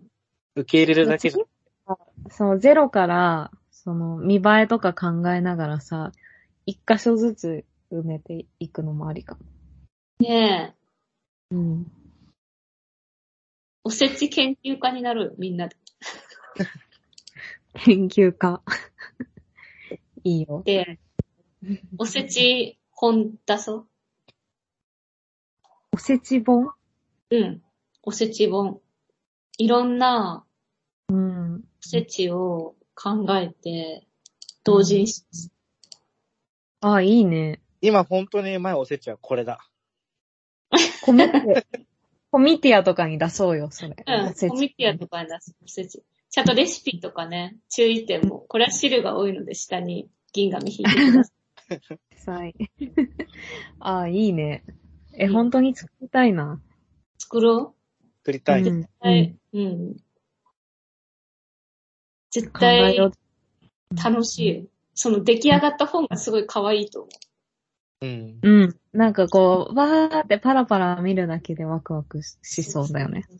Speaker 3: 受け入れるだけじゃ。
Speaker 1: そう、ゼロから、その、見栄えとか考えながらさ、一箇所ずつ埋めていくのもありかも。
Speaker 2: ね
Speaker 1: え。うん。
Speaker 2: おせち研究家になる、みんなで。
Speaker 1: 研究家。いいよ。
Speaker 2: で、おせち本出そう。
Speaker 1: おせち本？
Speaker 2: うん。おせち本。いろんな、
Speaker 1: うん。
Speaker 2: おせちを考えて、同時にします。
Speaker 1: うん、あ、いいね。
Speaker 3: 今本当にうまいおせちはこれだ。
Speaker 1: コミティア、コミティアとかに出そうよ、それ。
Speaker 2: うん。コミティアとかに出すおせち。ちゃんとレシピとかね、注意点も、これは汁が多いので下に銀紙引いてください。
Speaker 1: あ、いいね。え、
Speaker 2: うん、
Speaker 1: 本当に作りたいな。
Speaker 2: 作ろう
Speaker 3: 作りたい。
Speaker 2: 絶対、うん。うん、絶対、楽しい。その出来上がった本がすごい可愛いと思
Speaker 3: う。うん。
Speaker 1: うん。なんかこう、わーってパラパラ見るだけでワクワクしそうだよね。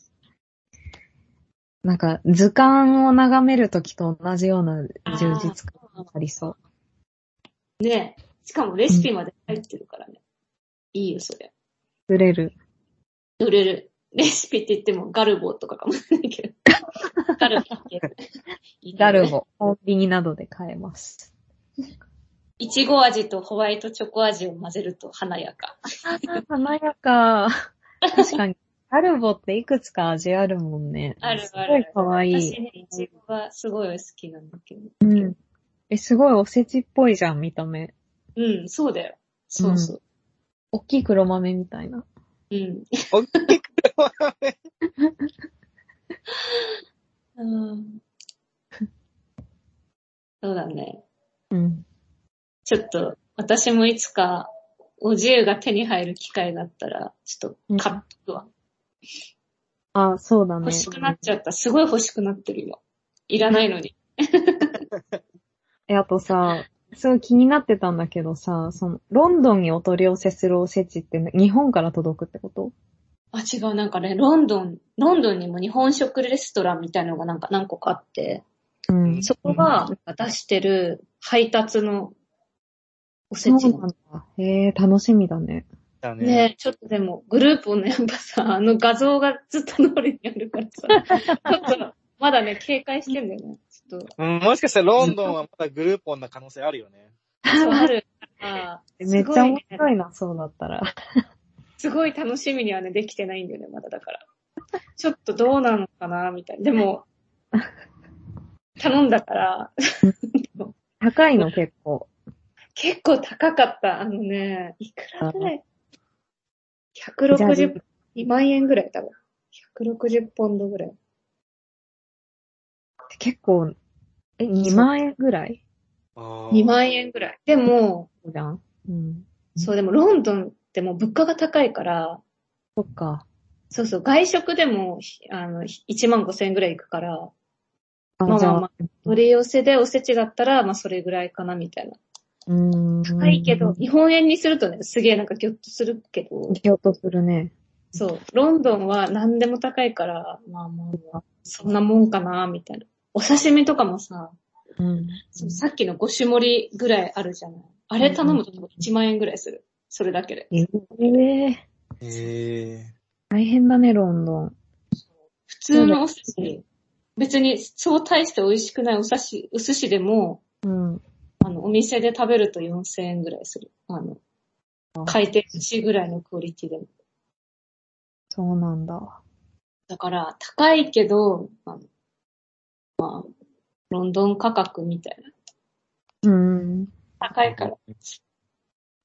Speaker 1: なんか、図鑑を眺めるときと同じような充実感がありそう。
Speaker 2: ねえ。しかもレシピまで入ってるからね。うん、いいよ、それ。
Speaker 1: 売れる。
Speaker 2: 売れる。レシピって言ってもガルボとかかもしれないけど。ガルボ。
Speaker 1: ガルボ。コンビニなどで買えます。
Speaker 2: いちご味とホワイトチョコ味を混ぜると華やか。
Speaker 1: ああ、華やか。確かに。ガルボっていくつか味あるもんね。
Speaker 2: あるある。
Speaker 1: すごいかわいい。
Speaker 2: 私ね、いちごはすごい好きなんだけど。
Speaker 1: うん。え、すごいおせちっぽいじゃん、見た目。
Speaker 2: うん、そうだよ。そうそう。
Speaker 1: うん、大きい黒豆みたいな。
Speaker 2: うん。
Speaker 3: 大きい黒豆。
Speaker 2: うん。そうだね。
Speaker 1: うん。
Speaker 2: ちょっと、私もいつか、お重が手に入る機会があったら、ちょっと買っとくわ。
Speaker 1: うん、あ、そうだね。
Speaker 2: 欲しくなっちゃった。すごい欲しくなってるよ。いらないのに。
Speaker 1: え、あとさ、すごい気になってたんだけどさ、その、ロンドンにお取り寄せするおせちって日本から届くってこと？
Speaker 2: あ、違う、なんかね、ロンドン、ロンドンにも日本食レストランみたいなのがなんか何個かあって、うん、そこが出してる配達のおせち。
Speaker 1: そうなんだ。へえ、楽しみだね。
Speaker 2: だね。ねえ、ちょっとでも、グループのやっぱさ、あの画像がずっと脳裏にあるからさ、ちょっと、まだね、警戒してんだよね。ちょっと。
Speaker 3: うん、もしかしたらロンドンはまだグループな可能性あるよね。
Speaker 2: そう、ある。あ
Speaker 1: めっちゃ面白いな、そうだったら。
Speaker 2: すごい楽しみにはね、できてないんだよね、まだだから。ちょっとどうなのかな、みたいな。でも、頼んだから。
Speaker 1: 高いの結構。
Speaker 2: 結構高かった。あのね、いくらぐらい ?ひゃくろくじゅう、にまん円ぐらい多分。ひゃくろくじゅうポンドぐらい。
Speaker 1: 結構、え、にまん円ぐらい？
Speaker 2: にまん円ぐらい。でも、
Speaker 1: そうじゃん。うん。
Speaker 2: そう、でもロンドンってもう物価が高いから、
Speaker 1: そっか。
Speaker 2: そうそう、外食でも、あの、いちまんごせん円ぐらいいくから、
Speaker 1: あ、
Speaker 2: まあまあまあ、取り寄せでおせちだったら、まあそれぐらいかな、みたいな。
Speaker 1: うーん。
Speaker 2: 高いけど、日本円にするとね、すげえなんかギョッとするけど。
Speaker 1: ギョッとするね。
Speaker 2: そう、ロンドンは何でも高いから、まあまあ、そんなもんかな、みたいな。お刺身とかもさ、
Speaker 1: うん、
Speaker 2: そさっきのご種盛りぐらいあるじゃない。あれ頼むといちまん円ぐらいする。それだけで。
Speaker 1: ええ
Speaker 3: ー。えー。
Speaker 1: 大変だね、ロンドン。
Speaker 2: 普通のお寿司、別にそう大して美味しくないお寿司、お寿司でも、
Speaker 1: うん、
Speaker 2: あの、お店で食べるとよんせんえんぐらいする。あの、回転寿司ぐらいのクオリティでも。
Speaker 1: そうなんだ。
Speaker 2: だから、高いけど、あのまあ、ロンドン価格みたいな。
Speaker 1: うん。
Speaker 2: 高いから。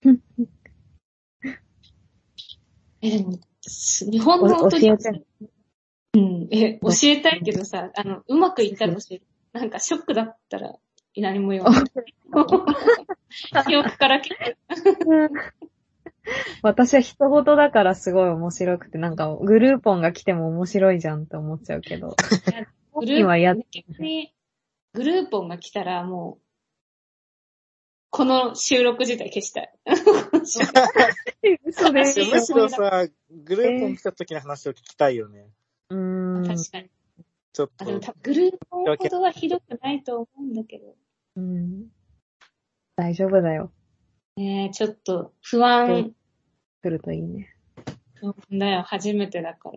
Speaker 2: え、でも、日本の
Speaker 1: 教えて。
Speaker 2: うん。え、教えたいけどさ、あの、うまくいったら教える。なんかショックだったら何も言わない。記憶から消える。
Speaker 1: 私は人事だからすごい面白くて、なんかグルーポンが来ても面白いじゃんって思っちゃうけど。
Speaker 2: グルーポンに、グルーポンが来たらもう、この収録自体消したい。
Speaker 1: 嘘で
Speaker 3: むしろさ、グルーポン来た時の話を聞きたいよね。
Speaker 1: うーん。
Speaker 2: 確かに。
Speaker 3: ちょっと。
Speaker 2: でもグルーポンほどはひどくないと思うんだけど。
Speaker 1: うん。大丈夫だよ。
Speaker 2: ねえ、ちょっと不安。
Speaker 1: 来るといいね。
Speaker 2: そうだよ、初めてだから。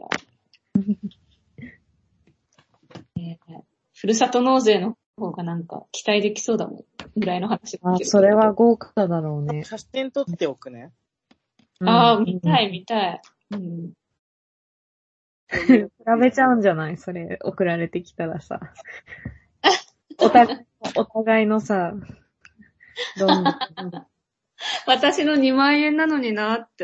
Speaker 2: ね、ふるさと納税の方がなんか期待できそうだもん。ぐらいの話。
Speaker 1: あ、それは豪華だろうね。
Speaker 3: 写真撮っておくね。
Speaker 2: ああ、見たい見たい。うん。
Speaker 1: 比べちゃうんじゃないそれ送られてきたらさ。お互い、お互いのさ、どんどん。
Speaker 2: 私のにまん円なのになって。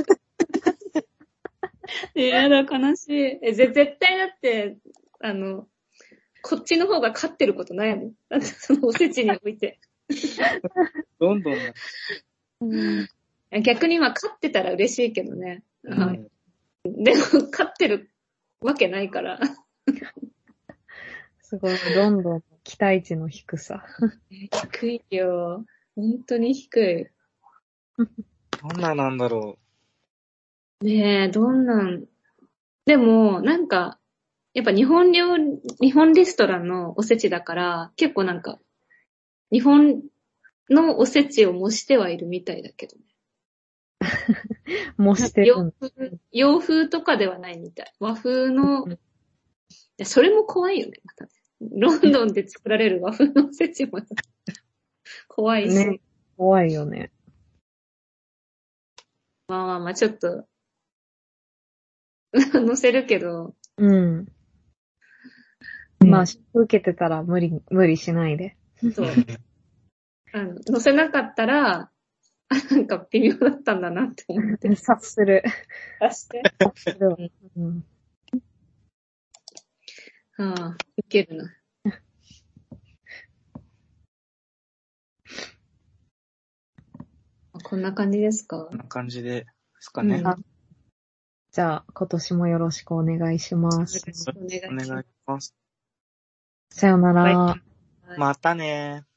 Speaker 2: え、やだ、悲しい。え、ぜ、絶対だって、あの、こっちの方が勝ってることないもん。だってそのおせちにおいて。
Speaker 3: どんどんな。
Speaker 2: うん、逆にまあ勝ってたら嬉しいけどね。
Speaker 3: うん、
Speaker 2: はい。でも、勝ってるわけないから。
Speaker 1: すごい、どんどん期待値の低さ。
Speaker 2: 低いよ。本当に低い。
Speaker 3: どんななんだろ
Speaker 2: う。ねえ、どんなん。でも、なんか、やっぱ日本料理、日本レストランのおせちだから、結構なんか、日本のおせちを模してはいるみたいだけどね。
Speaker 1: 模してる。
Speaker 2: 洋風、洋風とかではないみたい。和風の、いやそれも怖いよね、また。ロンドンで作られる和風のおせちも怖いし。ね、
Speaker 1: 怖いよね。
Speaker 2: まあまあまあ、ちょっと、載せるけど。
Speaker 1: うん。まあ、受けてたら無理、無理しないで。
Speaker 2: そう。あの、載せなかったら、なんか微妙だったんだなって思って。
Speaker 1: 察する。
Speaker 2: 察して。
Speaker 1: うん、
Speaker 2: はあ、いけるな。こんな感じですか？
Speaker 3: こんな感じでですかね。うん、
Speaker 1: じゃあ、今年もよろしくお願いします。
Speaker 2: お願いします。
Speaker 3: お願いします。
Speaker 1: さよなら。
Speaker 3: またねー。